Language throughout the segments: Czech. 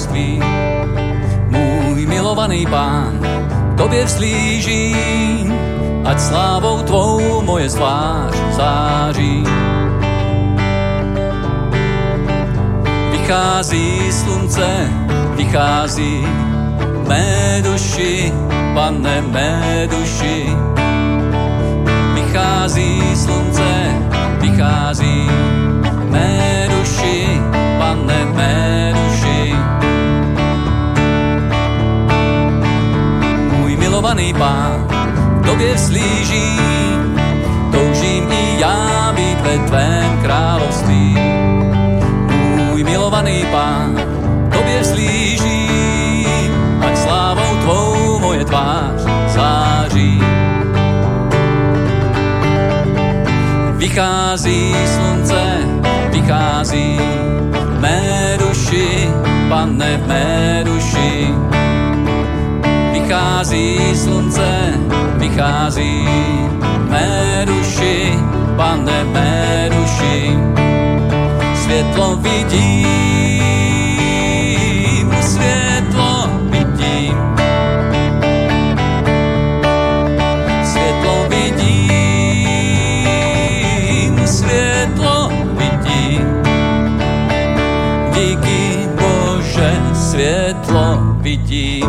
království. Můj milovaný Pán, tobě vzlížím, ať slávou tvou moje tvář září. Vychází slunce, vychází mé duši, Pane, mé duši. Vychází slunce, vychází mé duši, Pane, mé duši. Můj milovaný Pán, tobě vzlížím, toužím i já být ve tvém království. Můj milovaný Pán, tobě vzlížím, ať slávou tvou moje tvář září. Vychází slunce, vychází mé duši, Pane, mé duši. Vychází slunce, vychází mé duši, Pane, mé duši. Světlo vidím, světlo vidím. Světlo vidím, světlo vidím. Díky Bože, světlo vidím.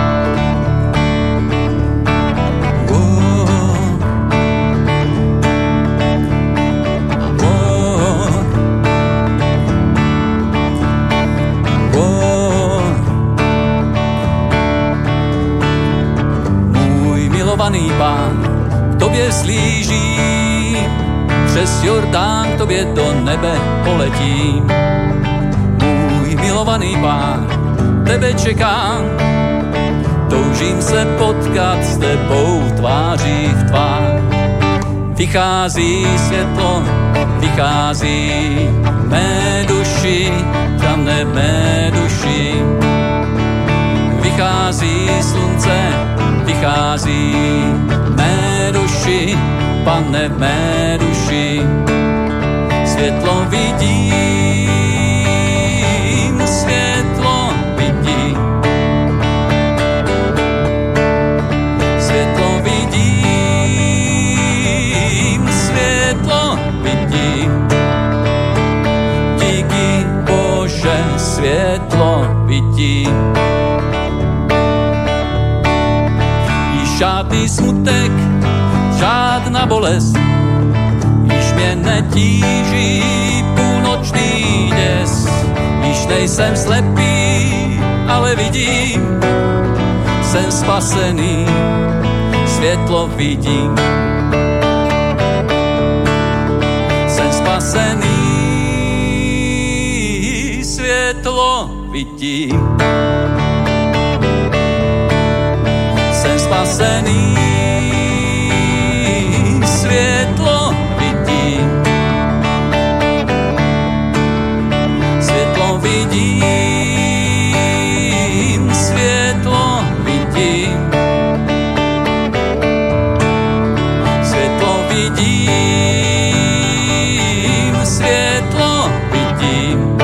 Milovaný Pán, k tobě slížím, přes Jordán k tobě do nebe poletím. Můj milovaný Pán, tebe čekám, toužím se potkat s tebou tváří v tvář. Vychází světlo, vychází mé duši, Pane, mé duši. Vychází slunce, vychází mé duši, Pane, mé duši. Světlo vidím, světlo vidím. Světlo vidím, světlo vidím. Díky Bože, světlo vidím. Žádný smutek, žádná bolest, již mě netíží půlnočný děs. Již nejsem slepý, ale vidím, jsem spasený, světlo vidím. Jsem spasený, světlo vidím. Jsem spasený, světlo vidím. Světlo vidím, světlo vidím. Světlo vidím, světlo vidím.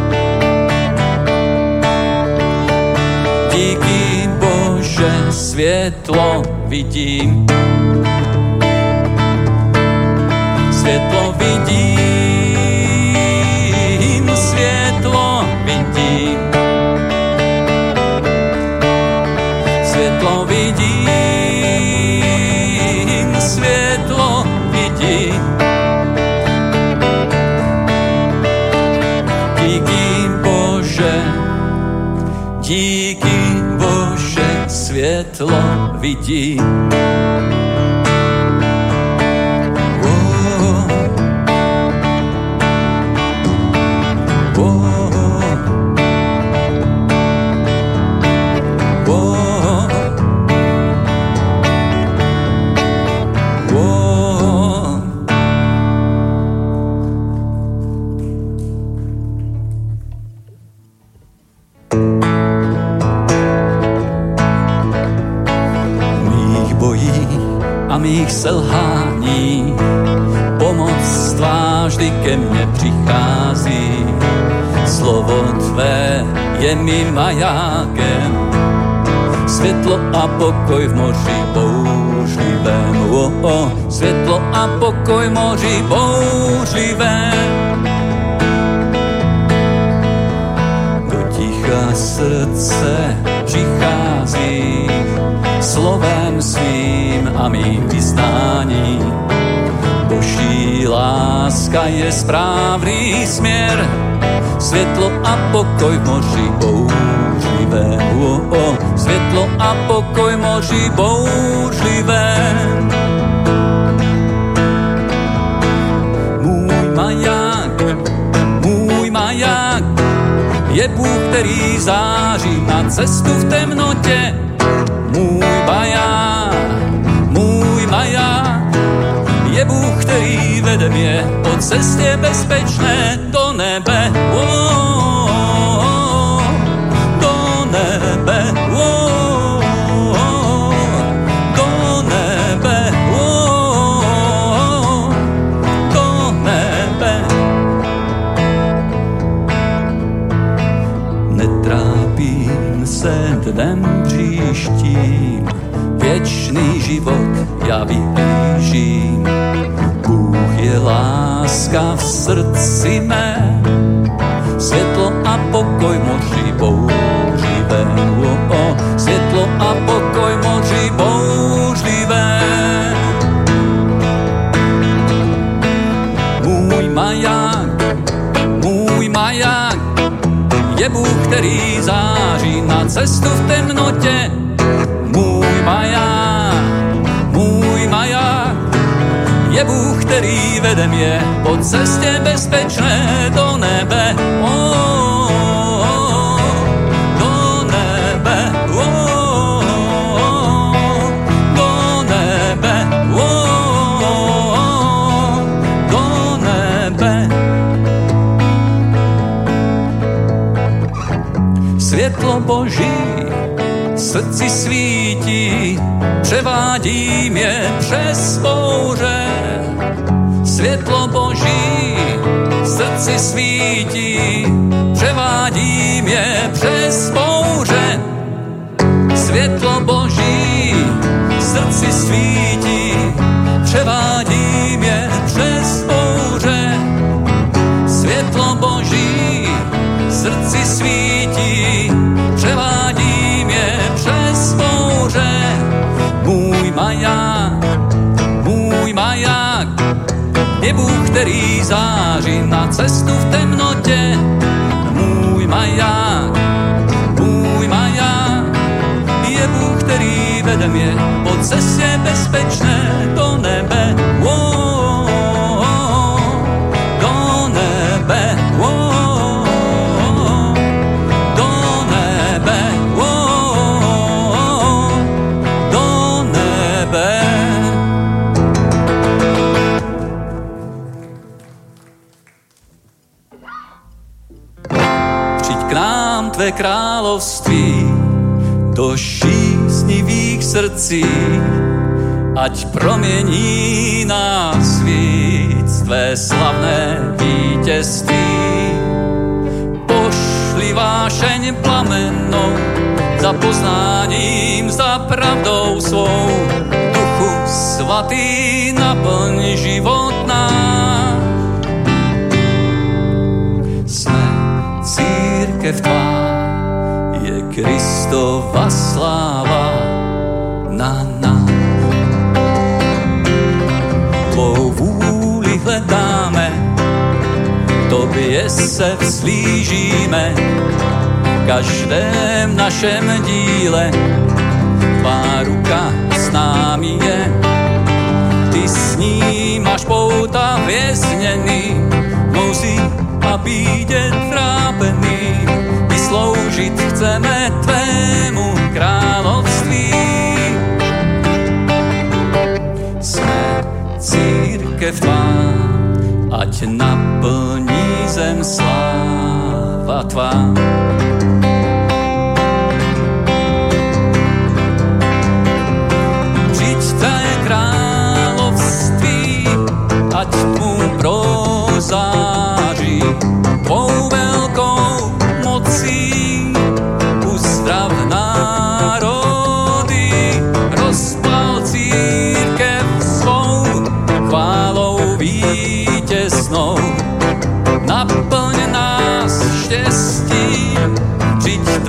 Díky Bože, světlo vidím. Světlo vidím, světlo vidím. Světlo vidím, světlo vidím. Díky Bože, díky Bože, světlo vidím. Mých selhání, pomoc tvá vždy ke mně přichází. slovo tvé je mi majákem, světlo a pokoj v moři bouřlivém. Světlo a pokoj v moři bouřlivém. Do ticha srdce přichází slovem svým a mým vyznáním. Boží láska je správný směr, světlo a pokoj v moři bouřlivém. Světlo a pokoj v moři bouřlivém. Můj maják je Bůh, který září na cestu v temnotě. Můj maják je Bůh, který vede mě po cestě bezpečné do nebe. Do nebe. Do nebe. Do nebe. Netrápím se dnem příštím, věčný život já vyhlížím. Bůh je láska v srdci mé, světlo a pokoj v moři bouřlivém. Světlo a pokoj v moři bouřlivém. Můj maják je Bůh, který září na cestu v temnotě. Můj maják je Bůh, který vede mě po cestě bezpečné do nebe. Do nebe. Do nebe. Do nebe. Světlo Boží srdci svítí, převádí mě přes bouře. Světlo Boží srdci svítí, převádí mě přes bouře. Světlo Boží srdci svítí, převádí mě přes bouře. Světlo Boží srdci svítí, převádí mě přes bouře. Můj maják je Bůh, který září na cestu v temnotě. Můj maják je Bůh, který vede mě po cestě bezpečné do nebe. Do nebe. Tvé království do žíznivých srdcí, ať promění nás víc tvé slavné vítězství. Pošli vášeň plamennou za poznáním, za pravdou svou. Duchu svatý, naplň život náš. Jsme církev tvá, je Kristova sláva na nás. Tvou vůli hledáme, tobě se vzlížíme, každém našem díle tvá ruka s námi je. Ty s ní máš pouta vězněný, nouzi a bídě trápený. My sloužit chceme tvému království. Jsme církev tvá, ať naplní zem sláva tvá. Přijď tvé království, ať mu prozáří tvou velkou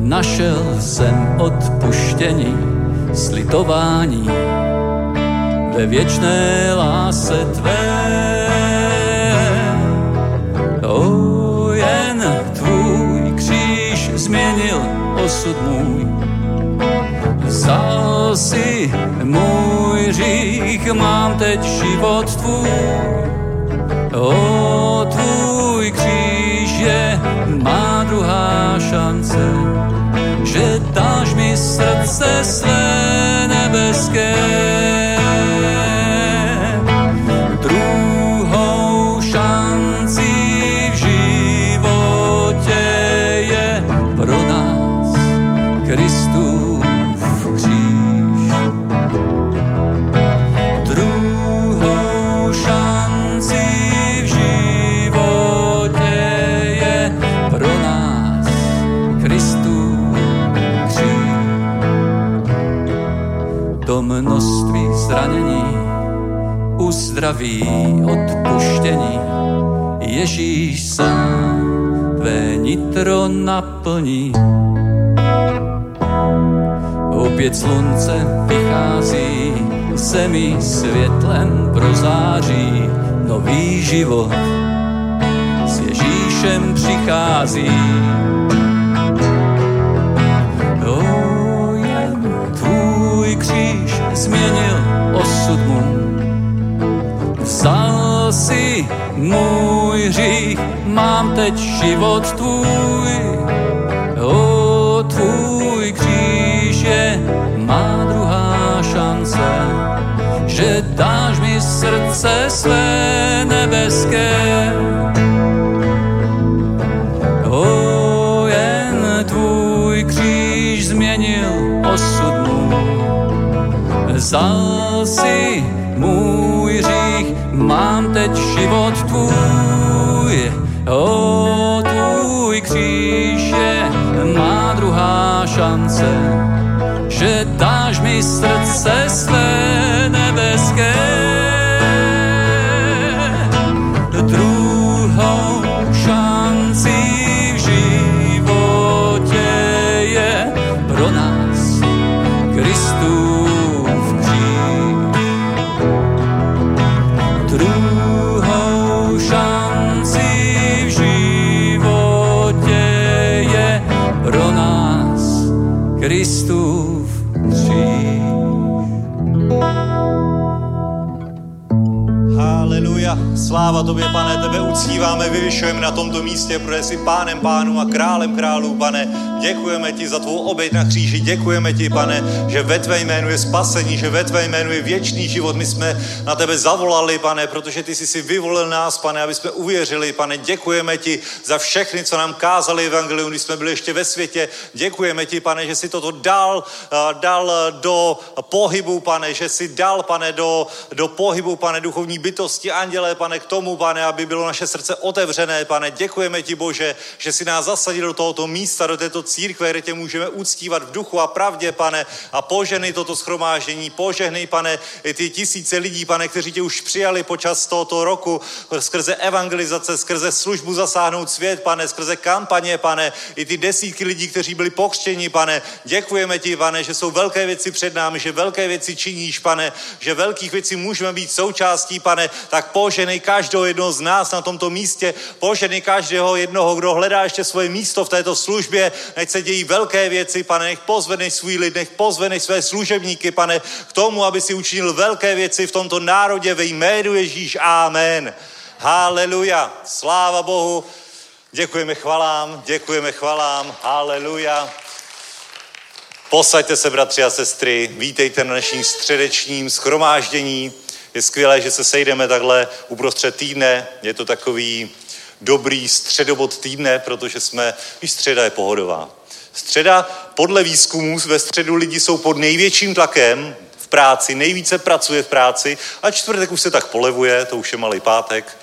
našel jsem odpuštění, slitování ve věčné lásce tvé. O, jen tvůj kříž změnil osud můj, vzal si můj hřích, mám teď život tvůj. O, tvůj kříž je má druhá šance, že dáš mi srdce své nebeské. Druhou šancí v životě je pro nás Kristův kříž. Druhou šancí v životě je pro nás Kristův kříž. To množství zranění uzdraví, odpuštění, Ježíš sám tvé nitro naplní. Opět slunce vychází, zemi světlem prozáří, nový život s Ježíšem přichází. O, jen tvůj kříž změnil osud můj, vzal si můj hřích, mám teď život tvůj. O, tvůj kříž je má druhá šance, že dáš mi srdce své nebeské. O, jen tvůj kříž změnil osud můj, vzal si můj hřích, mám teď život tvůj. O, tvůj kříž je má druhá šance, že dáš mi srdce své nebeské. Druhou šancí v životě je pro nás Kristův kříž. Druhou šancí v životě je pro nás Kristův kříž. Haleluja, sláva tobě, Pane, tebe uctíváme, vyvyšujeme na tomto místě, protože jsi Pánem pánů a králem králů, Pane. Děkujeme ti za tvou oběť na kříži, děkujeme ti, Pane, že ve tvé jménu je spasení, že ve tvé jménu je věčný život. My jsme na tebe zavolali, Pane, protože ty jsi si vyvolil nás, Pane, aby jsme uvěřili, Pane. Děkujeme ti za všechny, co nám kázali evangelium, když jsme byli ještě ve světě. Děkujeme ti, Pane, že jsi toto dal do pohybu, Pane, že jsi dal, Pane, do pohybu, Pane, duchovní bytosti, anděle, Pane, k tomu, Pane, aby bylo naše srdce otevřené, Pane. Děkujeme ti, Bože, že jsi nás zasadil do tohoto místa, do této církve, kde tě můžeme uctívat v duchu a pravdě, Pane, a požehnej toto shromáždění, požehnej, Pane, i ty tisíce lidí, Pane, kteří tě už přijali počas tohoto roku, skrze evangelizace, skrze službu Zasáhnout svět, Pane, skrze kampaně, Pane, i ty desítky lidí, kteří byli pokřtěni, Pane. Děkujeme ti, Pane, že jsou velké věci před námi, že velké věci činíš, Pane, že velkých věcí můžeme být součástí, Pane, tak požehnej každého jednoho z nás na tomto místě, požehnej každého jednoho, kdo hledá ještě svoje místo v této službě, nech se dějí velké věci, Pane, nech pozvednej svůj lid, nech pozvednej své služebníky, Pane, k tomu, aby si učinil velké věci v tomto národě ve jménu Ježíš. Amen. Haleluja. Sláva Bohu. Děkujeme chvalám. Haleluja. Posaďte se, bratři a sestry, vítejte na dnešním středečním shromáždění. Je skvělé, že se sejdeme takhle uprostřed týdne. Je to takový dobrý středobod týdne, protože středa je pohodová. Středa, podle výzkumů, ve středu lidi jsou pod největším tlakem v práci, nejvíce pracuje v práci a čtvrtek už se tak polevuje, to už je malý pátek.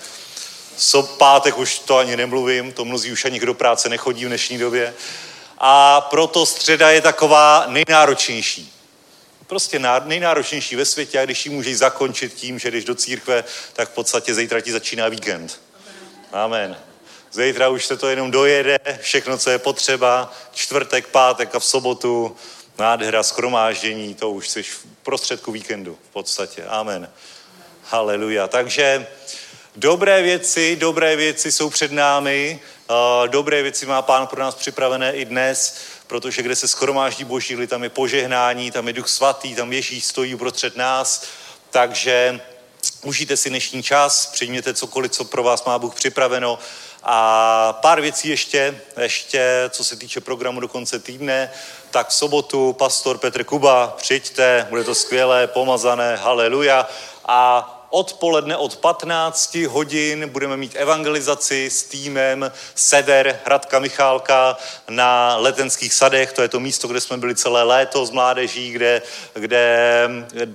Pátek už to ani nemluvím, to mnozí už ani do práce nechodí v dnešní době. A proto středa je taková nejnáročnější. Prostě nejnáročnější ve světě, a když ji můžeš zakončit tím, že jdeš do církve, tak v podstatě zítra ti začíná víkend. Amen. Zítra už se to jenom dojede, všechno, co je potřeba, čtvrtek, pátek a v sobotu, nádhera, shromáždění, to už jsi v prostředku víkendu v podstatě. Amen. Haleluja. Takže dobré věci jsou před námi, dobré věci má Pán pro nás připravené i dnes, protože kde se shromáždí Boží lid, tam je požehnání, tam je Duch Svatý, tam Ježíš stojí uprostřed nás, takže užijte si dnešní čas, přijměte cokoliv, co pro vás má Bůh připraveno. A pár věcí ještě, co se týče programu do konce týdne, tak v sobotu pastor Petr Kuba, přijďte, bude to skvělé, pomazané, haleluja. A odpoledne od 15 hodin budeme mít evangelizaci s týmem Sever Hradka Michálka na Letenských sadech. To je to místo, kde jsme byli celé léto s mládeží, kde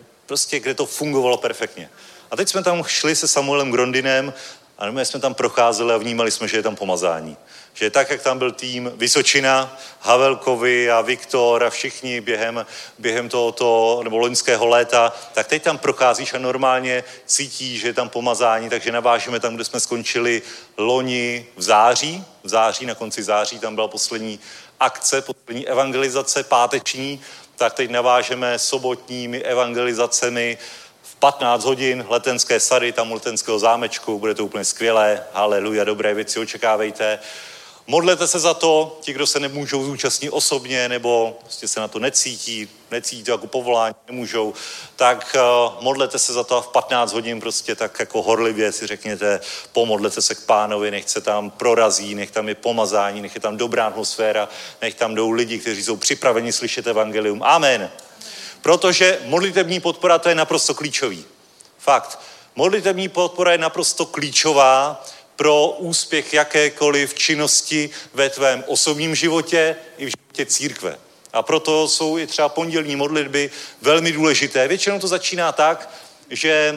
to fungovalo perfektně. A teď jsme tam šli se Samuelem Grondinem a my jsme tam procházeli a vnímali jsme, že je tam pomazání. Že tak, jak tam byl tým Vysočina, Havelkovi a Viktor a všichni během tohoto nebo loňského léta, tak teď tam procházíš a normálně cítíš, že je tam pomazání, takže navážeme tam, kde jsme skončili loni v září, na konci září, tam byla poslední akce, poslední evangelizace, páteční, tak teď navážeme sobotními evangelizacemi v 15 hodin, Letenské sady, tam u Letenského zámečku, bude to úplně skvělé, haleluja, dobré věci očekávejte. Modlete se za to, ti, kdo se nemůžou zúčastnit osobně, nebo prostě se na to necítí to jako povolání, nemůžou, tak modlete se za to a v 15 hodin prostě tak jako horlivě si řekněte, pomodlete se k Pánovi, nech se tam prorazí, nech tam je pomazání, nech je tam dobrá atmosféra, nech tam jdou lidi, kteří jsou připraveni slyšet evangelium. Amen. Protože modlitební podpora, to je naprosto klíčový. Fakt. Modlitební podpora je naprosto klíčová pro úspěch jakékoliv činnosti ve tvém osobním životě i v životě církve. A proto jsou i třeba pondělní modlitby velmi důležité. Většinou to začíná tak, že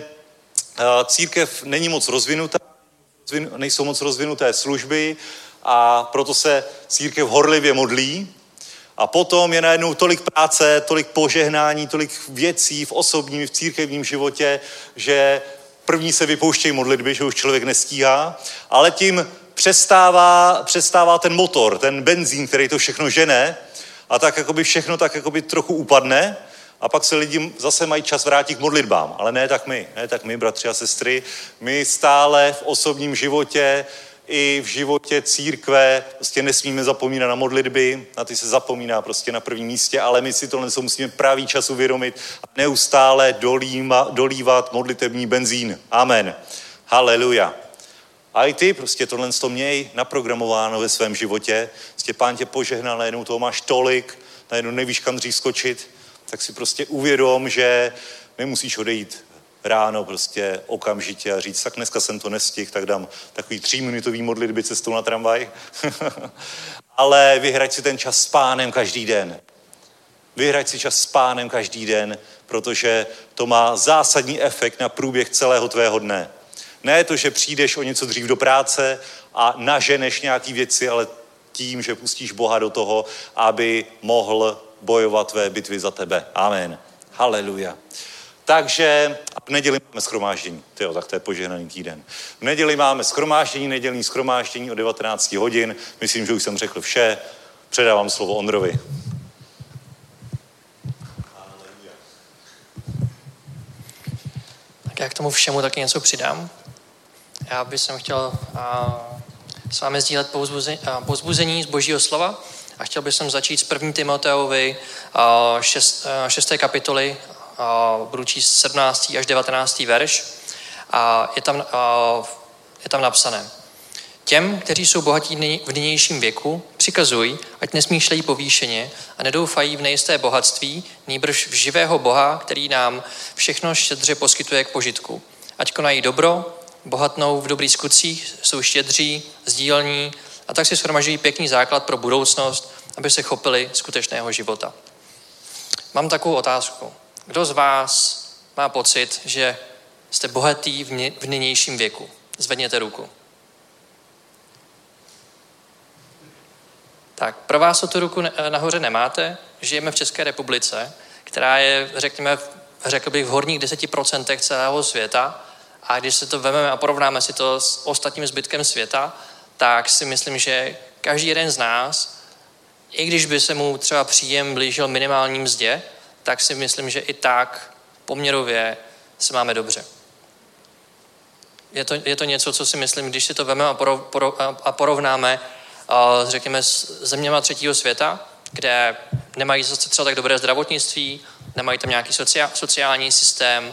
církev není moc rozvinutá, nejsou moc rozvinuté služby a proto se církev horlivě modlí. A potom je najednou tolik práce, tolik požehnání, tolik věcí v osobním, v církevním životě, že první se vypouštějí modlitby, že už člověk nestíhá, ale tím přestává ten motor, ten benzín, který to všechno žene a tak jakoby všechno tak jakoby trochu upadne a pak se lidi zase mají čas vrátit k modlitbám. Ale ne tak my, bratři a sestry, my stále v osobním životě i v životě církve prostě nesmíme zapomínat na modlitby, na ty se zapomíná prostě na prvním místě, ale my si tohle musíme pravý čas uvědomit a neustále dolívat modlitební benzín. Amen. Haleluja. A i ty prostě tohle měj naprogramováno ve svém životě. Prostě Pán tě požehnal, najednou toho máš tolik, najednou nevíš, kam dřív skočit, tak si prostě uvědom, že nemusíš odejít ráno prostě okamžitě a říct, tak dneska jsem to nestihl, tak dám takový 3minutový modlitby cestou na tramvaj. Ale vyhrať si ten čas s Pánem každý den. Vyhrať si čas s Pánem každý den, protože to má zásadní efekt na průběh celého tvého dne. Ne to, že přijdeš o něco dřív do práce a naženeš nějaký věci, ale tím, že pustíš Boha do toho, aby mohl bojovat tvé bitvy za tebe. Amen. Haleluja. Takže v neděli máme shromáždění. Tak to je požehnaný týden. V neděli máme nedělní shromáždění o 19 hodin. Myslím, že už jsem řekl vše. Předávám slovo Ondrovi. Tak já k tomu všemu taky něco přidám. Já bych chtěl s vámi sdílet povzbuzení z Božího slova a chtěl bych začít s 1. Timoteovi 6. kapitoly, budu číst 17. až 19. verš a je tam napsané. Těm, kteří jsou bohatí v nynějším věku, přikazuj, ať nesmýšlejí povýšeně a nedoufají v nejisté bohatství, nýbrž v živého Boha, který nám všechno štědře poskytuje k požitku. Ať konají dobro, bohatnou v dobrých skutcích, jsou štědří, sdílní a tak si shromažují pěkný základ pro budoucnost, aby se chopili skutečného života. Mám takovou otázku. Kdo z vás má pocit, že jste bohatý v nynějším věku? Zvedněte ruku. Tak, pro vás tu ruku nahoře nemáte. Žijeme v České republice, která je, řekl bych, v horních 10% celého světa. A když se to vezmeme a porovnáme si to s ostatním zbytkem světa, tak si myslím, že každý jeden z nás, i když by se mu třeba příjem blížil minimální mzdě, tak si myslím, že i tak poměrově se máme dobře. Je to něco, co si myslím, když si to vezmeme a porovnáme, řekněme, s zeměma třetího světa, kde nemají zase třeba tak dobré zdravotnictví, nemají tam nějaký sociální systém,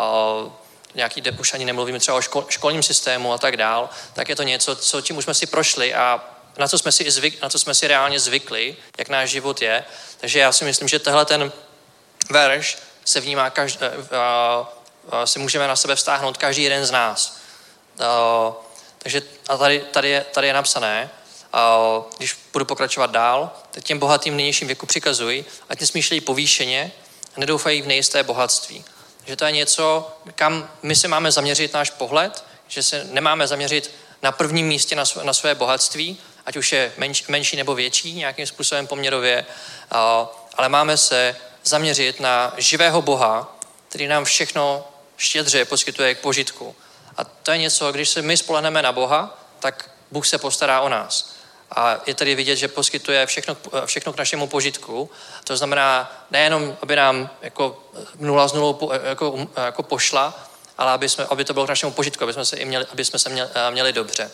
už ani nemluvíme třeba o školním systému a tak dál, tak je to něco, co tím už jsme si prošli a na co jsme si reálně zvykli, jak náš život je. Takže já si myslím, že tehle ten verš se vnímá, si můžeme na sebe vztáhnout každý jeden z nás. Takže a tady je napsané, když budu pokračovat dál, tak těm bohatým nynějším věku přikazuji, ať nesmýšlejí povýšeně a nedoufají v nejisté bohatství. Že to je něco, kam my se máme zaměřit náš pohled, že se nemáme zaměřit na prvním místě na své bohatství, ať už je menší nebo větší, nějakým způsobem poměrově, ale máme se zaměřit na živého Boha, který nám všechno štědře poskytuje k požitku. A to je něco, když se my spolehneme na Boha, tak Bůh se postará o nás. A je tady vidět, že poskytuje všechno k našemu požitku. To znamená nejenom, aby nám jako nula z nulou jako pošla, ale aby to bylo k našemu požitku, aby jsme se měli dobře.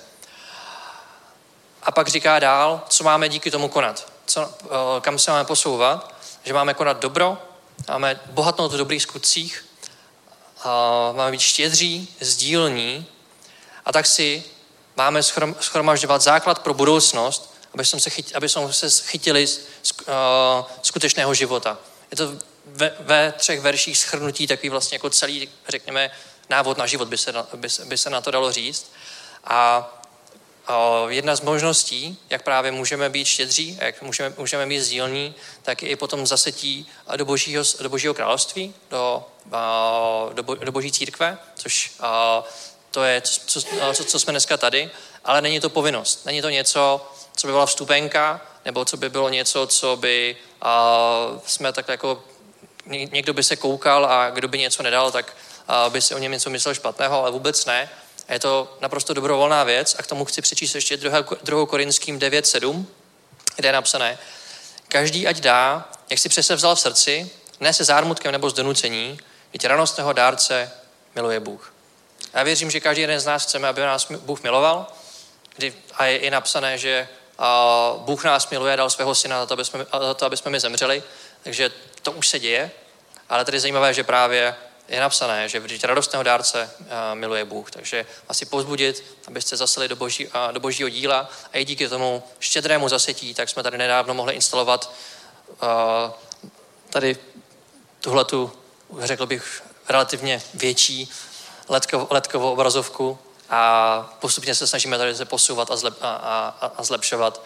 A pak říká dál, co máme díky tomu konat. Kam se máme posouvat, že máme konat dobro, máme bohatnout v dobrých skutcích, máme být štědří, sdílní a tak si máme shromažďovat základ pro budoucnost, aby jsme se chytili skutečného života. Je to ve 3 verších shrnutí takový vlastně jako celý, řekněme, návod na život by se na to dalo říct. A jedna z možností, jak právě můžeme být štědří, jak můžeme být sdílní, tak je i potom zasetí do Božího království, do Boží církve, což to je, co jsme dneska tady, ale není to povinnost. Není to něco, co by byla vstupenka, nebo co by bylo něco, co by jsme takhle jako, někdo by se koukal a kdo by něco nedal, tak by si o něm něco myslel špatného, ale vůbec ne. Je to naprosto dobrovolná věc a k tomu chci přečíst ještě 2. Korinským 9:7, kde je napsané: každý ať dá, jak si přese vzal v srdci, ne se zármutkem nebo z donucení, vždyť radostného dárce miluje Bůh. Já věřím, že každý jeden z nás chceme, aby nás Bůh miloval, a je i napsané, že Bůh nás miluje, dal svého syna za to, aby jsme my zemřeli, takže to už se děje, ale tady je zajímavé, že právě je napsané, že vždyť radostného dárce miluje Bůh. Takže asi povzbudit, abyste zaseli do božího díla a i díky tomu štědrému zasetí, tak jsme tady nedávno mohli instalovat tady tuhletu, řekl bych, relativně větší ledkovou obrazovku a postupně se snažíme tady se posouvat a zlepšovat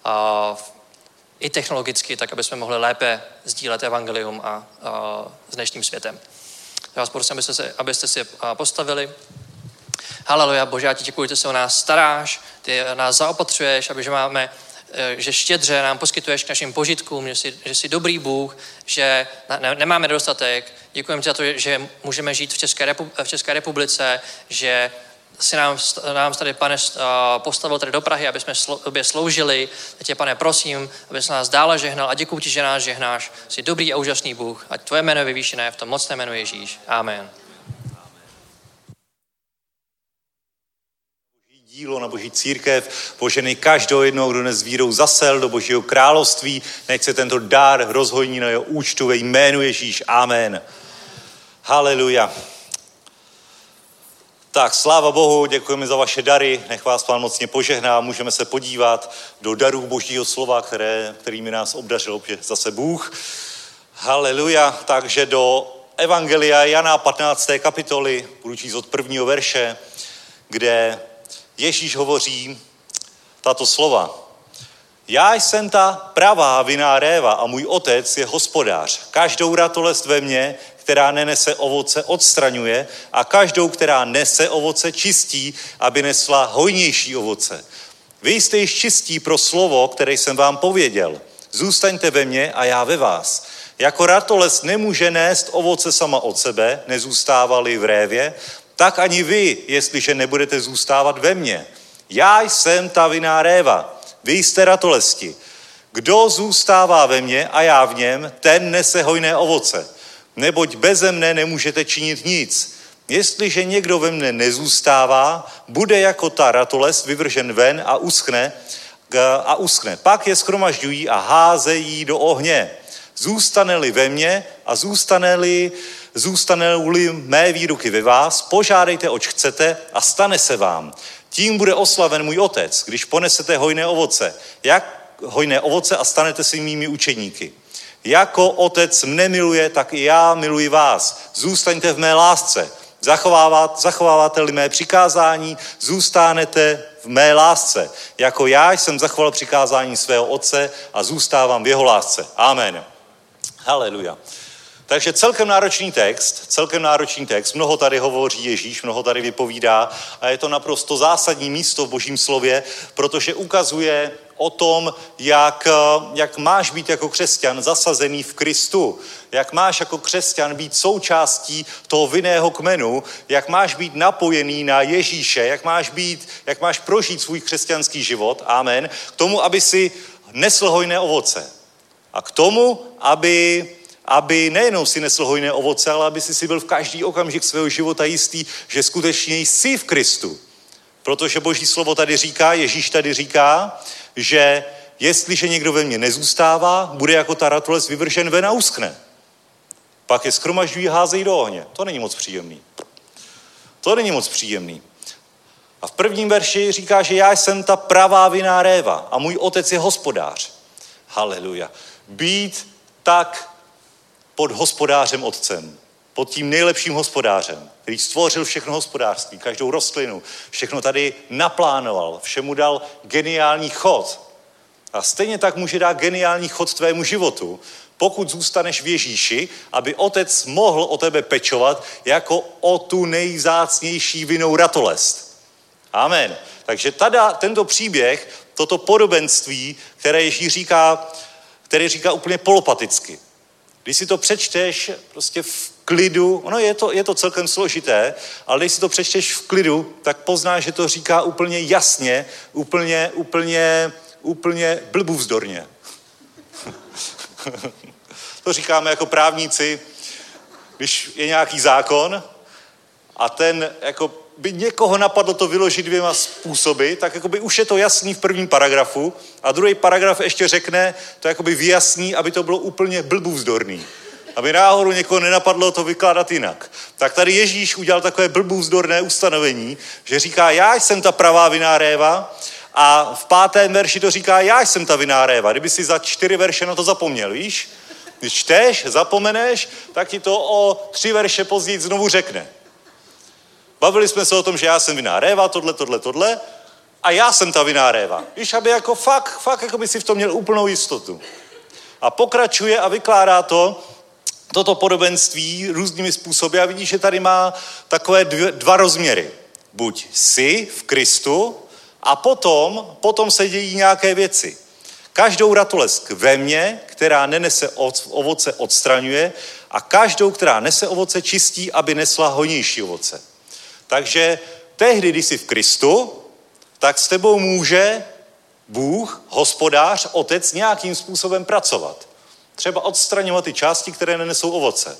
i technologicky, tak aby jsme mohli lépe sdílet evangelium s dnešním světem. Já vás prosím, abyste si postavili. Haleluja, Bože, já ti děkuji, že se o nás staráš, ty nás zaopatřuješ, že štědře nám poskytuješ k našim požitkům, že jsi dobrý Bůh, že nemáme nedostatek. Děkujeme ti za to, že můžeme žít v České republice, že si nám tady, Pane, postavil tady do Prahy, aby jsme obě sloužili. Já tě, Pane, prosím, aby se nás dále žehnal a děkuji ti, že nás žehnáš. Jsi dobrý a úžasný Bůh. Ať tvoje jméno je vyvýšené v tom mocné jménu Ježíš. Amen. Dílo na Boží církev, poženej každého jednoho, kdo dnes vírou zasel do Božího království, nech se tento dár rozhojní na jeho účtu ve jménu Ježíš. Amen. Haleluja. Tak, sláva Bohu, děkujeme za vaše dary, nech vás Pán mocně požehná, můžeme se podívat do darů Božího slova, kterými nás obdařil zase Bůh. Haleluja, takže do Evangelia Jana 15. kapitoly, budu číst od 1. verše, kde Ježíš hovoří tato slova. Já jsem ta pravá vinná réva a můj otec je hospodář. Každou ratolest ve mně, která nenese ovoce, odstraňuje a každou, která nese ovoce, čistí, aby nesla hojnější ovoce. Vy jste již čistí pro slovo, které jsem vám pověděl. Zůstaňte ve mně a já ve vás. Jako ratolest nemůže nést ovoce sama od sebe, nezůstávali v révě, tak ani vy, jestliže nebudete zůstávat ve mně. Já jsem ta vinná réva, vy jste ratolesti. Kdo zůstává ve mně a já v něm, ten nese hojné ovoce. Neboť beze mne nemůžete činit nic. Jestliže někdo ve mne nezůstává, bude jako ta ratolest vyvržen ven a uschne. Pak je shromažďují a házejí do ohně. Zůstane-li ve mně a zůstane-li mé výroky ve vás, požádejte, oč chcete a stane se vám. Tím bude oslaven můj otec, když ponesete hojné ovoce. Jak hojné ovoce a stanete si mými učeníky. Jako otec mne miluje, tak i já miluji vás. Zůstaňte v mé lásce. Zachováváte-li mé přikázání, zůstanete v mé lásce. Jako já jsem zachoval přikázání svého otce a zůstávám v jeho lásce. Amen. Haleluja. Takže celkem náročný text, mnoho tady hovoří Ježíš, mnoho tady vypovídá a je to naprosto zásadní místo v Božím slově, protože ukazuje o tom, jak máš být jako křesťan zasazený v Kristu, jak máš jako křesťan být součástí toho vinného kmenu, jak máš být napojený na Ježíše, jak máš prožít svůj křesťanský život, amen, k tomu, aby si nesl hojné ovoce a k tomu, aby nejenom si nesl hojné ovoce, ale aby si byl v každý okamžik svého života jistý, že skutečně jsi v Kristu. Protože Boží slovo tady říká, Ježíš tady říká, že jestliže někdo ve mně nezůstává, bude jako ta ratolest vyvržen ven a uschne. Pak je shromažďují a házejí do ohně. To není moc příjemný. A v prvním verši říká, že já jsem ta pravá vinná réva a můj otec je hospodář. Haleluja. Být tak pod hospodářem otcem, pod tím nejlepším hospodářem, který stvořil všechno hospodářství, každou rostlinu, všechno tady naplánoval, všemu dal geniální chod. A stejně tak může dát geniální chod tvému životu, pokud zůstaneš v Ježíši, aby otec mohl o tebe pečovat jako o tu nejvzácnější vinnou ratolest. Amen. Takže tento příběh, toto podobenství, které Ježíš říká úplně polopaticky. Když si to přečteš prostě v klidu, je to celkem složité, ale když si to přečteš v klidu, tak poznáš, že to říká úplně jasně, úplně blbůvzdorně. To říkáme jako právníci, když je nějaký zákon a ten jako by někoho napadlo to vyložit dvěma způsoby, tak jakoby už je to jasný v prvním paragrafu a druhý paragraf ještě řekne, to jakoby vyjasní, aby to bylo úplně blbůvzdorný. Aby náhodou někoho nenapadlo to vykládat jinak. Tak tady Ježíš udělal takové blbůvzdorné ustanovení, že říká, já jsem ta pravá vinná réva a v 5. verši to říká, já jsem ta vinná réva. Kdyby si za 4 verše na to zapomněl, víš? Když čteš, zapomeneš, tak ti to o 3 verše později znovu řekne. Bavili jsme se o tom, že já jsem vinná réva, tohle a já jsem ta vinná réva. Víš, aby jako fakt jako by si v tom měl úplnou jistotu. A pokračuje a vykládá toto podobenství různými způsoby a vidíš, že tady má takové 2 rozměry. Buď jsi v Kristu a potom se dějí nějaké věci. Každou ratolest ve mně, která nenese ovoce, odstraňuje a každou, která nese ovoce, čistí, aby nesla hojnější ovoce. Takže tehdy, když jsi v Kristu, tak s tebou může Bůh, hospodář, otec nějakým způsobem pracovat. Třeba odstraňovat ty části, které nenesou ovoce.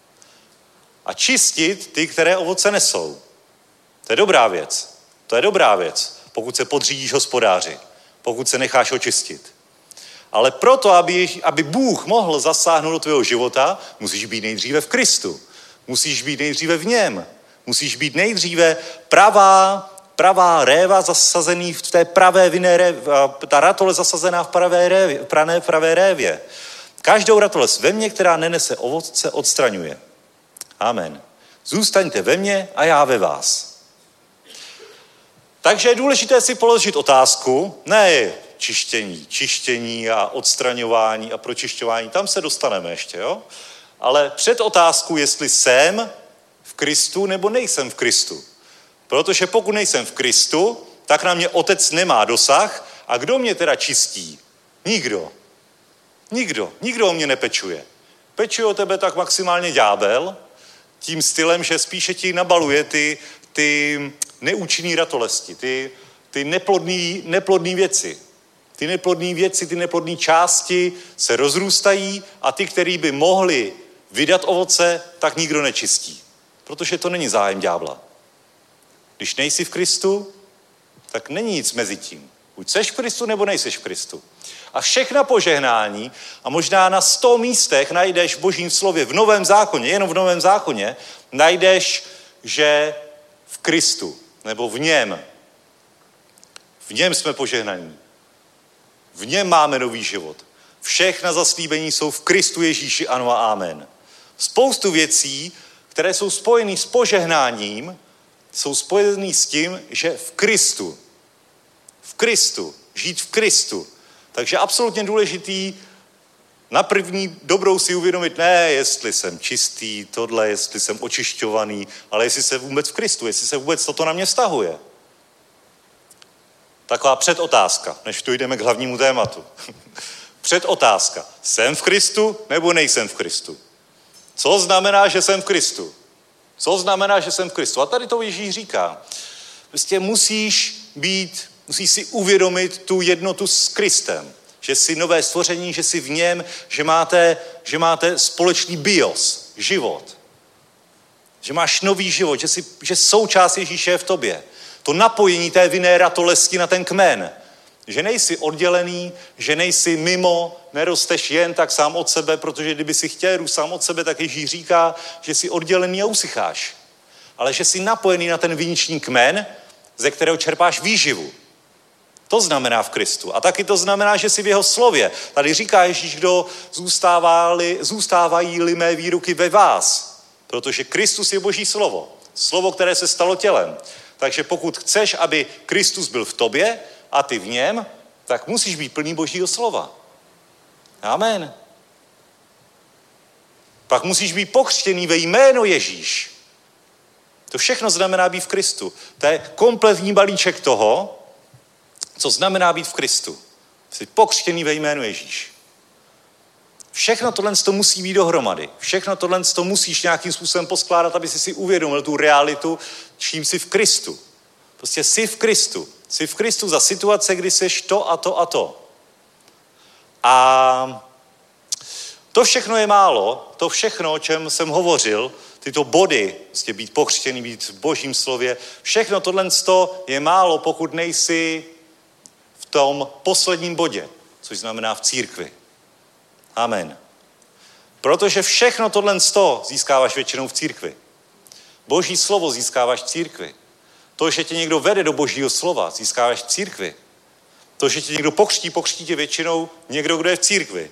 A čistit ty, které ovoce nesou. To je dobrá věc, pokud se podřídíš hospodáři, pokud se necháš očistit. Ale proto, aby Bůh mohl zasáhnout do tvého života, musíš být nejdříve v Kristu. Musíš být nejdříve v něm. Musíš být nejdříve pravá réva zasazený v té pravé vinné révě, ta ratole zasazená v pravé révě. Každou ratolest ve mně, která nenese ovoce, odstraňuje. Amen. Zůstaňte ve mně a já ve vás. Takže je důležité si položit otázku, ne čištění a odstraňování a pročišťování, tam se dostaneme ještě, jo? Ale před otázku, jestli jsem v Kristu nebo nejsem v Kristu. Protože pokud nejsem v Kristu, tak na mě otec nemá dosah a kdo mě teda čistí? Nikdo o mě nepečuje. Pečuje o tebe tak maximálně ďábel, tím stylem, že spíše ti nabaluje ty neúčinný ratolesti, ty neplodné věci. Ty neplodné části se rozrůstají a ty, který by mohli vydat ovoce, tak nikdo nečistí. Protože to není zájem ďábla. Když nejsi v Kristu, tak není nic mezi tím. Buď seš v Kristu, nebo nejseš v Kristu. A všechna požehnání, a možná na 100 místech najdeš v Božím slově, v Novém zákoně, jenom v Novém zákoně, najdeš, že v Kristu, nebo v něm jsme požehnaní. V něm máme nový život. Všechna zaslíbení jsou v Kristu Ježíši, ano a amen. Spoustu věcí, které jsou spojeny s požehnáním, jsou spojeny s tím, že v Kristu, žít v Kristu. Takže absolutně důležitý na první dobrou si uvědomit, ne jestli jsem čistý, tohle, jestli jsem očišťovaný, ale jestli jsem vůbec v Kristu, jestli se vůbec toto na mě vztahuje. Taková předotázka, než tu jdeme k hlavnímu tématu. Předotázka. Jsem v Kristu nebo nejsem v Kristu? Co znamená, že jsem v Kristu? A tady to Ježíš říká. Prostě musíš si uvědomit tu jednotu s Kristem. Že jsi nové stvoření, že jsi v něm, že máte společný bios, život. Že máš nový život, že součást Ježíše je v tobě. To napojení té vinné ratolesti na ten kmen. Že nejsi oddělený, že nejsi mimo, nerosteš jen tak sám od sebe, protože kdyby si chtěl růst sám od sebe, tak Ježíš říká, že jsi oddělený a usycháš. Ale že jsi napojený na ten viniční kmen, ze kterého čerpáš výživu. To znamená v Kristu. A taky to znamená, že jsi v jeho slově. Tady říká Ježíš, kdo zůstávají-li mé výroky ve vás. Protože Kristus je Boží slovo. Slovo, které se stalo tělem. Takže pokud chceš, aby Kristus byl v tobě a ty v něm, tak musíš být plný Božího slova. Amen. Pak musíš být pokřtěný ve jméno Ježíš. To všechno znamená být v Kristu. To je kompletní balíček toho, co znamená být v Kristu. Jsi pokřtěný ve jménu Ježíš. Všechno tohle to musí být dohromady. Všechno tohle to musíš nějakým způsobem poskládat, aby si uvědomil tu realitu, čím jsi v Kristu. Prostě jsi v Kristu. Jsi v Kristu za situace, kdy jsi to a to a to. A to všechno je málo. To všechno, o čem jsem hovořil, tyto body, prostě být pokřtěný, být v Božím slově, všechno tohle je málo, pokud nejsi v tom posledním bodě, což znamená v církvi. Amen. Protože všechno tohle získáváš většinou v církvi. Boží slovo získáváš v církvi. To, že tě někdo vede do Božího slova, získáváš v církvi. To, že tě někdo pokřtí tě většinou někdo, kdo je v církvi.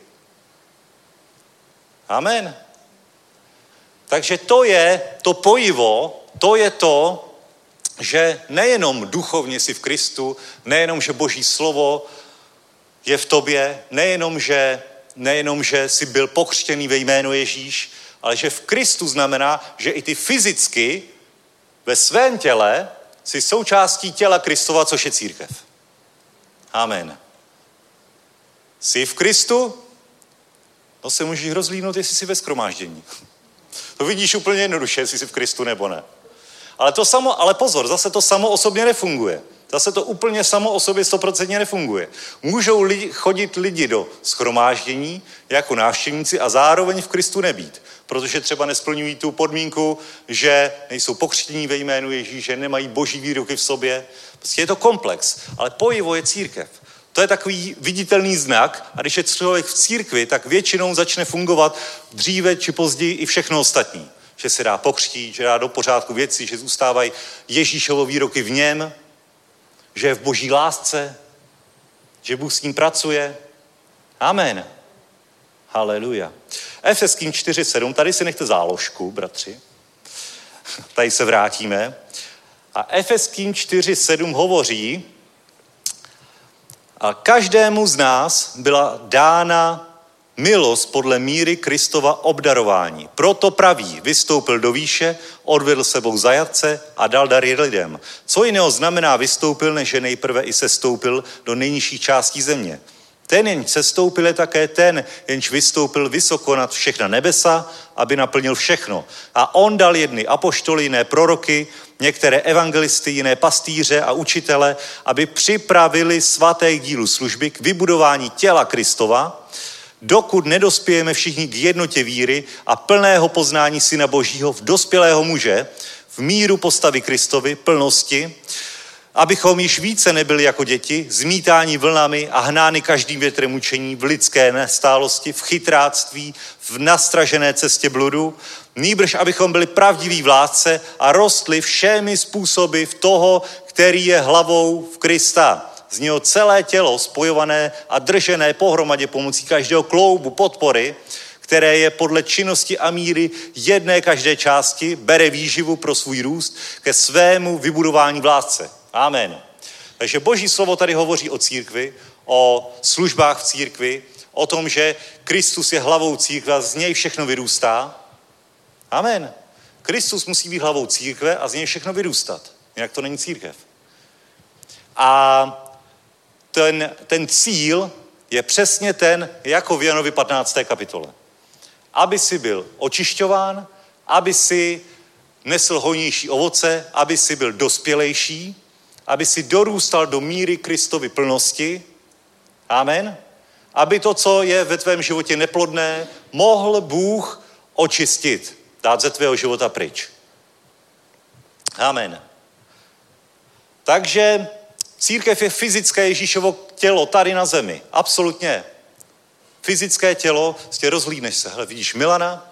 Amen. Takže to je to pojivo, to je to, že nejenom duchovně jsi v Kristu, nejenom, že Boží slovo je v tobě, nejenom, že jsi byl pokřtěný ve jméno Ježíš, ale že v Kristu znamená, že i ty fyzicky ve svém těle jsi součástí těla Kristova, což je církev. Amen. Jsi v Kristu? No se můžeš rozhlídnout, jestli jsi ve shromáždění. To vidíš úplně jednoduše, jestli jsi v Kristu nebo ne. Ale pozor, zase to samo osobně nefunguje. Zase to úplně samo o sobě 100% nefunguje. Můžou chodit lidi do shromáždění jako návštěvníci a zároveň v Kristu nebýt. Protože třeba nesplňují tu podmínku, že nejsou pokřtění ve jménu Ježíše, že nemají boží výroky v sobě. Prostě je to komplex, ale pojivo je církev. To je takový viditelný znak a když je člověk v církvi, tak většinou začne fungovat dříve či později i všechno ostatní. Že se dá pokřtít, že dá do pořádku věci, že zůstávají Ježíšovo výroky v něm, že je v boží lásce, že Bůh s ním pracuje. Amen. Haleluja. Efeským 4:7, tady si nechte záložku, bratři. Tady se vrátíme. A Efeským 4:7 hovoří, a každému z nás byla dána milost podle míry Kristova obdarování. Proto praví, vystoupil do výše, odvedl sebou zajatce a dal dary lidem. Co jiného znamená vystoupil, než že nejprve i sestoupil do nejnižších částí země. Ten, jenž sestoupil, je také ten, jenž vystoupil vysoko nad všechna nebesa, aby naplnil všechno. A on dal jedny apoštoly, jiné proroky, některé evangelisty, jiné pastýře a učitele, aby připravili svaté k dílu služby, k vybudování těla Kristova, dokud nedospějeme všichni k jednotě víry a plného poznání Syna Božího v dospělého muže, v míru postavy Kristovy, plnosti, abychom již více nebyli jako děti, zmítáni vlnami a hnány každým větrem učení, v lidské nestálosti, v chytráctví, v nastražené cestě bludu, nýbrž abychom byli pravdiví v lásce a rostli všemi způsoby v toho, který je hlavou v Krista. Z něho celé tělo spojované a držené pohromadě pomocí každého kloubu podpory, které je podle činnosti a míry jedné každé části, bere výživu pro svůj růst ke svému vybudování v lásce. Amen. Takže Boží slovo tady hovoří o církvi, o službách v církvi, o tom, že Kristus je hlavou církve a z něj všechno vyrůstá. Amen. Kristus musí být hlavou církve a z něj všechno vyrůstat. Jinak to není církev. A ten cíl je přesně ten, jako v Janovi 15. kapitole. Aby si byl očišťován, aby si nesl hojnější ovoce, aby si byl dospělejší, aby si dorůstal do míry Kristovy plnosti. Amen. Aby to, co je ve tvém životě neplodné, mohl Bůh očistit, dát ze tvého života pryč. Amen. Takže církev je fyzické Ježíšovo tělo tady na zemi. Absolutně. Fyzické tělo, rozhlídneš se, hele, vidíš Milana?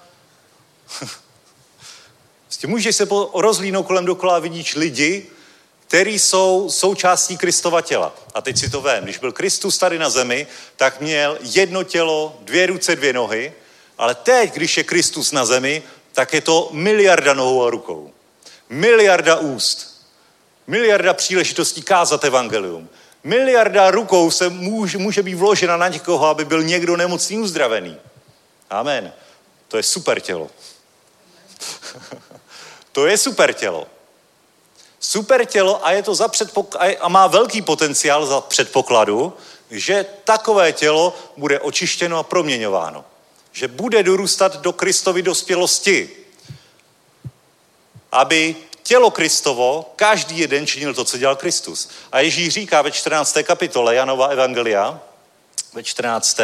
Můžeš se rozhlídnout kolem dokola a vidíš lidi, kteří jsou součástí Kristova těla. A teď si to vem, když byl Kristus tady na zemi, tak měl jedno tělo, 2 ruce, 2 nohy, ale teď, když je Kristus na zemi, tak je to miliarda nohou a rukou. Miliarda úst. Miliarda příležitostí kázat evangelium. Miliarda rukou se může být vložena na někoho, aby byl někdo nemocný uzdravený. Amen. To je super tělo. To je super tělo. Super tělo a je to a má velký potenciál za předpokladu, že takové tělo bude očištěno a proměňováno. Že bude dorůstat do Kristovy dospělosti. Aby tělo Kristovo každý jeden činil to, co dělal Kristus. A Ježíš říká ve 14. kapitole Janova evangelia, ve 14.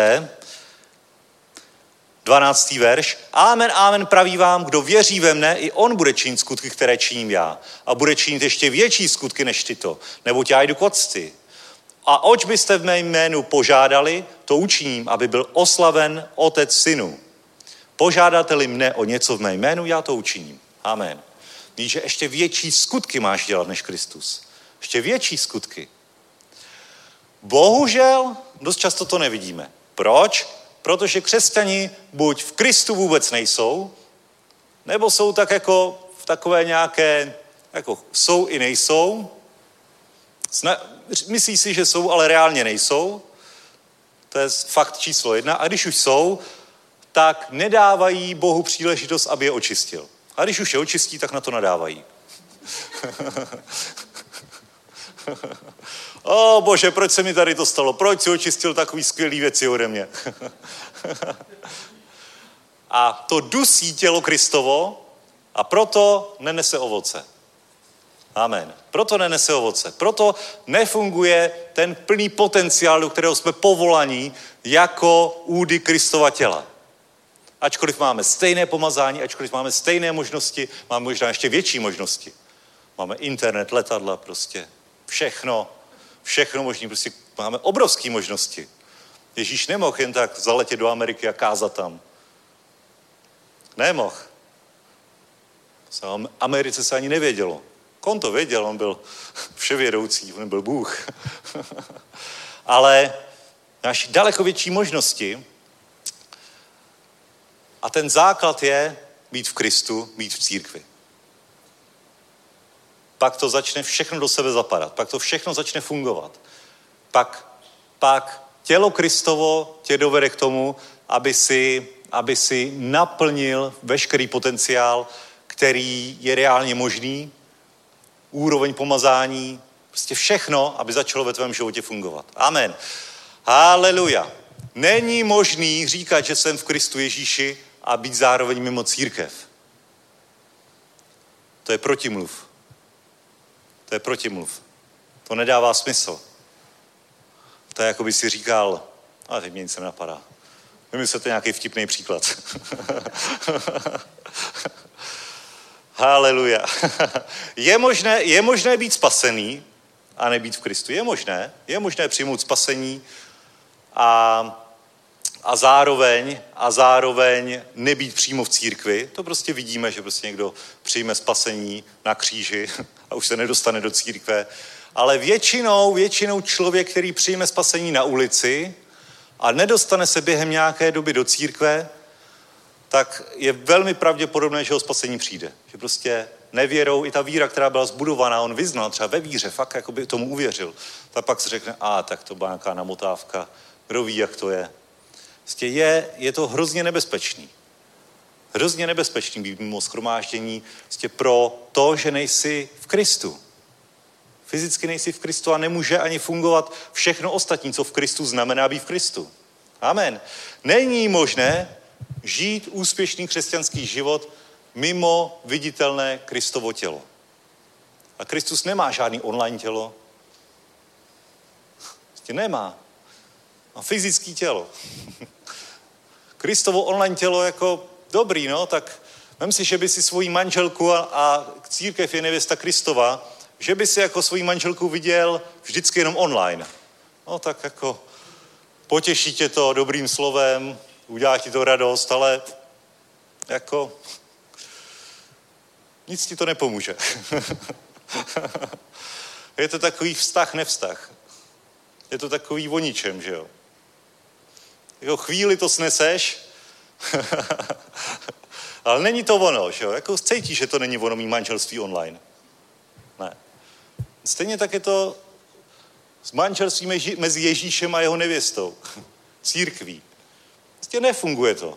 12. verš. Amen, amen, praví vám, kdo věří ve mne, i on bude činit skutky, které činím já. A bude činit ještě větší skutky než tyto, neboť já jdu k Otci. A oč byste v mém jménu požádali, to učiním, aby byl oslaven Otec Synu. Požádáte-li mne o něco v mém jménu, já to učiním. Amen. Víš, že ještě větší skutky máš dělat než Kristus. Ještě větší skutky. Bohužel, dost často to nevidíme. Proč? Protože křesťani buď v Kristu vůbec nejsou, nebo jsou tak jako v takové nějaké, jako jsou i nejsou. Myslí si, že jsou, ale reálně nejsou. To je fakt číslo 1. A když už jsou, tak nedávají Bohu příležitost, aby je očistil. A když už je očistí, tak na to nadávají. O Bože, proč se mi tady to stalo? Proč si očistil takový skvělý věci ode mě? A to dusí tělo Kristovo a proto nenese ovoce. Amen. Proto nenese ovoce. Proto nefunguje ten plný potenciál, do kterého jsme povolaní jako údy Kristova těla. Ačkoliv máme stejné pomazání, ačkoliv máme stejné možnosti, máme možná ještě větší možnosti. Máme internet, letadla, prostě všechno možný, prostě máme obrovské možnosti. Ježíš nemohl jen tak zaletět do Ameriky a kázat tam. Nemohl. V Americe se ani nevědělo. On to věděl, on byl vševědoucí, on byl Bůh. Ale máš daleko větší možnosti a ten základ je být v Kristu, být v církvi. Pak to začne všechno do sebe zapadat, pak to všechno začne fungovat. Pak tělo Kristovo tě dovede k tomu, aby si naplnil veškerý potenciál, který je reálně možný, úroveň pomazání, prostě všechno, aby začalo ve tvém životě fungovat. Amen. Haleluja. Není možný říkat, že jsem v Kristu Ježíši a být zároveň mimo církev. To je protimluv. To je protimluv. To nedává smysl. To je, jako by si říkal, a teď mě nic nenapadá. Vymyslete nějaký vtipný příklad. Haleluja. Je možné být spasený a nebýt v Kristu. Je možné přijmout spasení a zároveň nebýt přímo v církvi. To prostě vidíme, že prostě někdo přijme spasení na kříži a už se nedostane do církve. Ale většinou člověk, který přijme spasení na ulici a nedostane se během nějaké doby do církve, tak je velmi pravděpodobné, že ho spasení přijde. Že prostě nevěrou, i ta víra, která byla zbudovaná, on vyznal třeba ve víře, fakt jako by tomu uvěřil. Tak pak se řekne, tak to byla nějaká namotávka, kdo ví, jak to je. Prostě je to hrozně nebezpečný. Hrozně nebezpečný být mimo shromáždění prostě pro to, že nejsi v Kristu. Fyzicky nejsi v Kristu a nemůže ani fungovat všechno ostatní, co v Kristu znamená být v Kristu. Amen. Není možné žít úspěšný křesťanský život mimo viditelné Kristovo tělo. A Kristus nemá žádný online tělo. Prostě nemá. Má fyzické tělo. Kristovo online tělo jako dobrý, tak vem si, že by si svoji manželku a církev je nevěsta Kristova, že by si jako svoji manželku viděl vždycky jenom online. Tak jako potěší tě to dobrým slovem, udělá ti to radost, ale jako nic ti to nepomůže. Je to takový vztah, nevztah. Je to takový o ničem, že jo. Jako chvíli to sneseš, ale není to ono, že jo. Jako cítíš, že to není ono mý manželství online. Ne. Stejně tak je to s manželstvím mezi Ježíšem a jeho nevěstou. Církví. Prostě nefunguje to.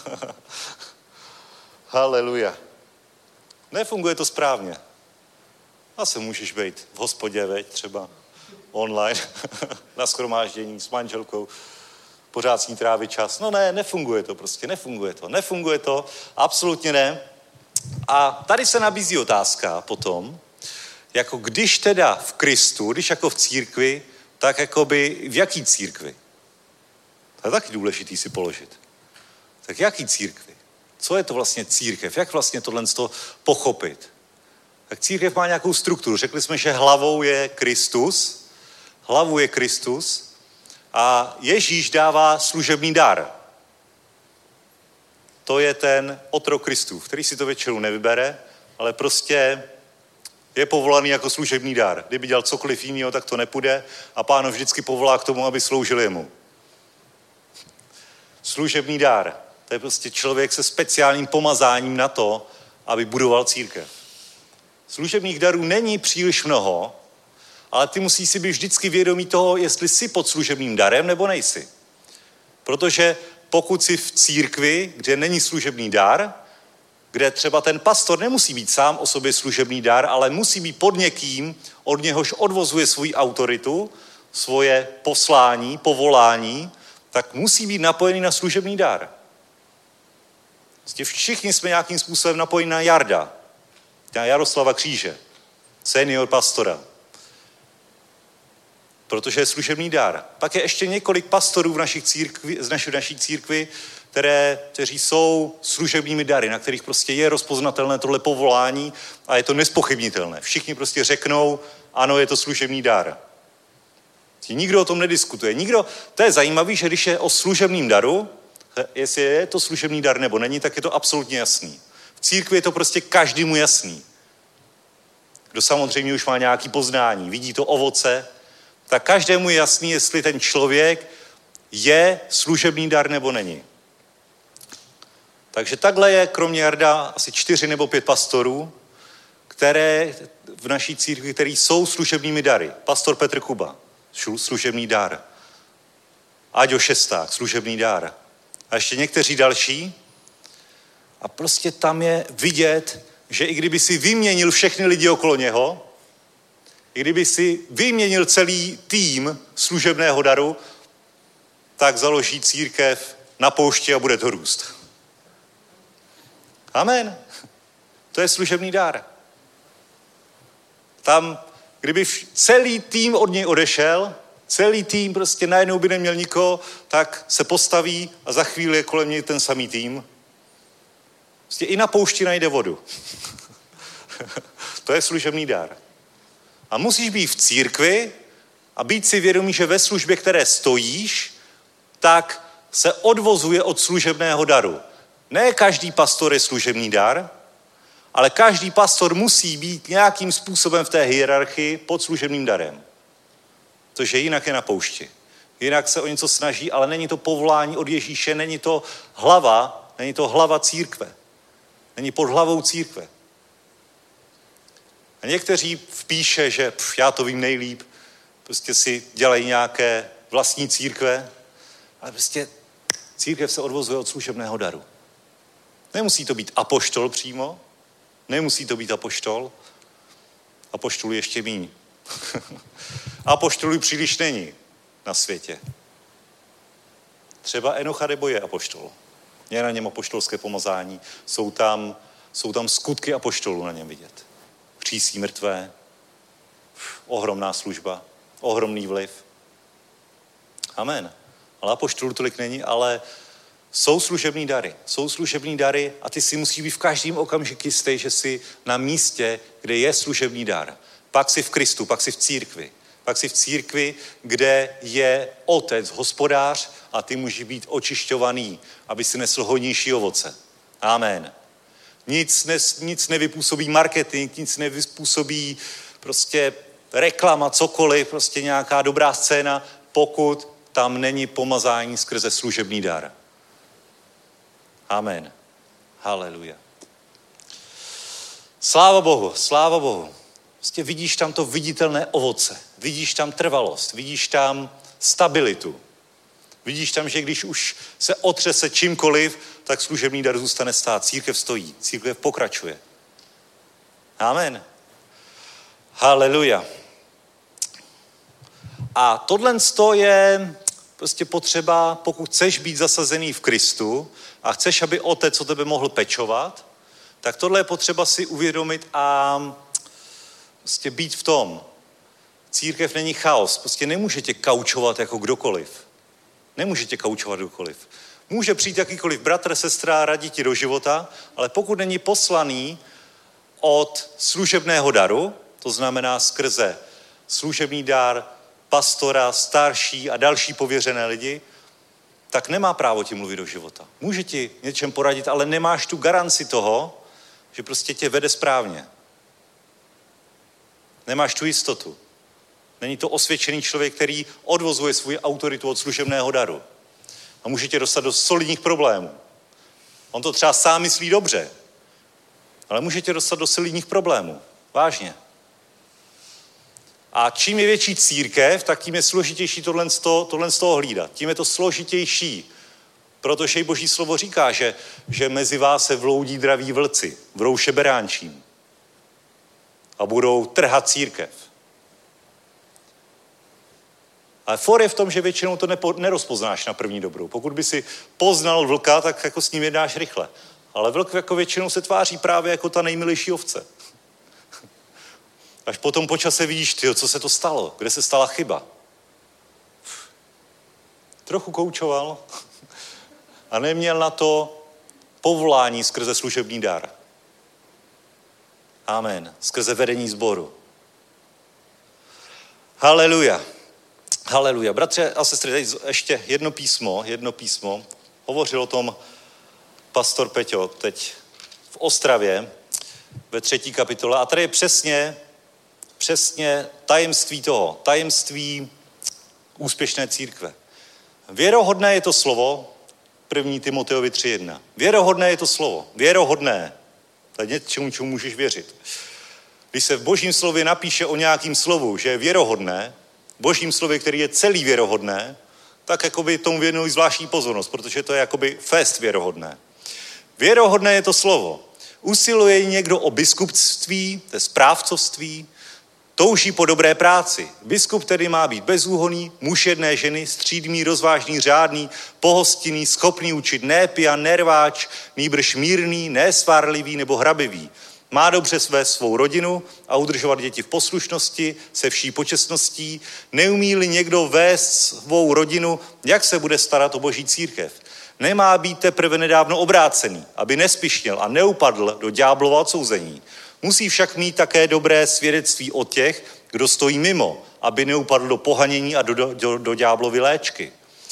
Haleluja. Nefunguje to správně. Asi můžeš být v hospodě, veď, třeba online, na shromáždění s manželkou, pořád s ní trávit čas. Nefunguje to prostě, nefunguje to, absolutně ne. A tady se nabízí otázka potom, jako když teda v Kristu, když jako v církvi, tak jakoby v jaký církvi? To je taky důležitý si položit. Tak jaký církvi? Co je to vlastně církev? Jak vlastně tohle pochopit? Tak církev má nějakou strukturu. Řekli jsme, že hlavou je Kristus. Hlavou je Kristus. A Ježíš dává služební dar. To je ten otrok Kristův, který si to většinou nevybere, ale prostě je povolaný jako služební dar. Kdyby dělal cokoliv jiného, tak to nepůjde a Pán ho vždycky povolá k tomu, aby sloužil jemu. Služební dar. To je prostě člověk se speciálním pomazáním na to, aby budoval církev. Služebních darů není příliš mnoho, ale ty musíš si být vždycky vědomý toho, jestli jsi pod služebným darem nebo nejsi. Protože pokud jsi v církvi, kde není služební dar, kde třeba ten pastor nemusí být sám o sobě služebný dar, ale musí být pod někým, od něhož odvozuje svoji autoritu, svoje poslání, povolání, tak musí být napojený na služební dar. Všichni jsme nějakým způsobem napojeni na Jarda, na Jaroslava Kříže, senior pastora. Protože je služební dar. Pak je ještě několik pastorů z naší církvi, kteří jsou služebními dary, na kterých prostě je rozpoznatelné tohle povolání a je to nespochybnitelné. Všichni prostě řeknou, ano, je to služební dar. Nikdo o tom nediskutuje. To je zajímavé, že když je o služebním daru, jestli je to služební dar nebo není, tak je to absolutně jasný. V církvi je to prostě každému jasný. Kdo samozřejmě už má nějaké poznání, vidí to ovoce, tak každému je jasný, jestli ten člověk je služební dar nebo není. Takže takhle je kromě Jarda asi 4 nebo 5 pastorů, které v naší církvi, který jsou služebními dary. Pastor Petr Kuba, služebný dar. Aďo Šesták, služebný dar. A ještě někteří další. A prostě tam je vidět, že i kdyby si vyměnil všechny lidi okolo něho, i kdyby si vyměnil celý tým služebného daru, tak založí církev na poušti a bude to růst. Amen. To je služební dar. Tam, kdyby celý tým od něj odešel, celý tým prostě najednou by neměl nikoho, tak se postaví a za chvíli je kolem něj ten samý tým. Prostě i na poušti najde vodu. To je služební dar. A musíš být v církvi a být si vědomý, že ve službě, které stojíš, tak se odvozuje od služebného daru. Ne každý pastor je služební dar, ale každý pastor musí být nějakým způsobem v té hierarchii pod služebným darem. Protože jinak je na poušti. Jinak se o něco snaží, ale není to povolání od Ježíše, není to hlava církve. Není pod hlavou církve. A někteří vpíše, že já to vím nejlíp, prostě si dělají nějaké vlastní církve, ale prostě církev se odvozuje od služebného daru. Nemusí to být apoštol přímo, nemusí to být apoštol, apoštolů ještě míň. Apoštolů příliš není na světě. Třeba Enocha nebo je apoštol. Je na něm apoštolské pomazání, jsou tam skutky apoštolů na něm vidět. Křísí mrtvé, ohromná služba, ohromný vliv. Amen. Ale apoštolů tolik není, ale jsou služební dary. Jsou služební dary a ty si musí být v každém okamžiku jistý, že jsi na místě, kde je služební dar. Pak jsi v Kristu, pak jsi v církvi. Pak jsi v církvi, kde je otec, hospodář a ty můžeš být očišťovaný, aby si nesl hojnější ovoce. Amen. Nic nevypůsobí marketing, nic nevypůsobí prostě reklama, cokoliv, prostě nějaká dobrá scéna, pokud tam není pomazání skrze služební dar. Amen. Haleluja. Sláva Bohu, sláva Bohu. Prostě vidíš tam to viditelné ovoce, vidíš tam trvalost, vidíš tam stabilitu. Vidíš tam, že když už se otřese čímkoliv, tak služební dar zůstane stát. Církev stojí, církev pokračuje. Amen. Haleluja. A tohle je prostě potřeba, pokud chceš být zasazený v Kristu a chceš, aby otec o tebe mohl pečovat, tak tohle je potřeba si uvědomit a prostě být v tom. Církev není chaos, prostě nemůže tě kaučovat jako kdokoliv. Nemůže tě kaučovat kdokoliv. Může přijít jakýkoliv bratr, sestra, radit ti do života, ale pokud není poslaný od služebného daru, to znamená skrze služební dar, pastora, starší a další pověřené lidi, tak nemá právo ti mluvit do života. Může ti něčem poradit, ale nemáš tu garanci toho, že prostě tě vede správně. Nemáš tu jistotu. Není to osvědčený člověk, který odvozuje svou autoritu od služebného daru. A může tě dostat do solidních problémů. On to třeba sám myslí dobře, ale může tě dostat do solidních problémů. Vážně. A čím je větší církev, tak tím je složitější tohle z toho hlídat. Tím je to složitější, protože i Boží slovo říká, že mezi vás se vloudí draví vlci, budou šeberánčím a budou trhat církev. Ale for je v tom, že většinou to nerozpoznáš na první dobrou. Pokud by si poznal vlka, tak jako s ním jednáš rychle. Ale vlk jako většinou se tváří právě jako ta nejmilejší ovce. Až potom po čase vidíš, tyjo, co se to stalo, kde se stala chyba. Trochu koučoval a neměl na to povolání skrze služební dar. Amen. Skrze vedení sboru. Haleluja. Haleluja. Bratře a sestry, tady ještě jedno písmo. Hovořil o tom pastor Peťo teď v Ostravě ve 3. kapitole. A tady je přesně tajemství úspěšné církve. Věrohodné je to slovo, 1. Timoteovi 3.1. Věrohodné je to slovo. Věrohodné. To je něčemu, čemu můžeš věřit. Když se v Božím slově napíše o nějakým slovu, že je věrohodné, v Božím slově, který je celý věrohodné, tak jakoby tomu věnují zvláštní pozornost, protože to je jakoby fest věrohodné. Věrohodné je to slovo. Usiluje někdo o biskupství, to je správcovství, touží po dobré práci. Biskup tedy má být bezúhonný, muž jedné ženy, střídmý, rozvážný, řádný, pohostinný, schopný učit, ne pijan, nerváč, nýbrž mírný, nesvárlivý nebo hrabivý. Má dobře svést svou rodinu a udržovat děti v poslušnosti, se vší počestností. Neumí-li někdo vést svou rodinu, jak se bude starat o boží církev? Nemá být teprve nedávno obrácený, aby nespišnil a neupadl do ďáblova odsouzení. Musí však mít také dobré svědectví o těch, kdo stojí mimo, aby neupadl do pohanění a do ďáblovy léčky.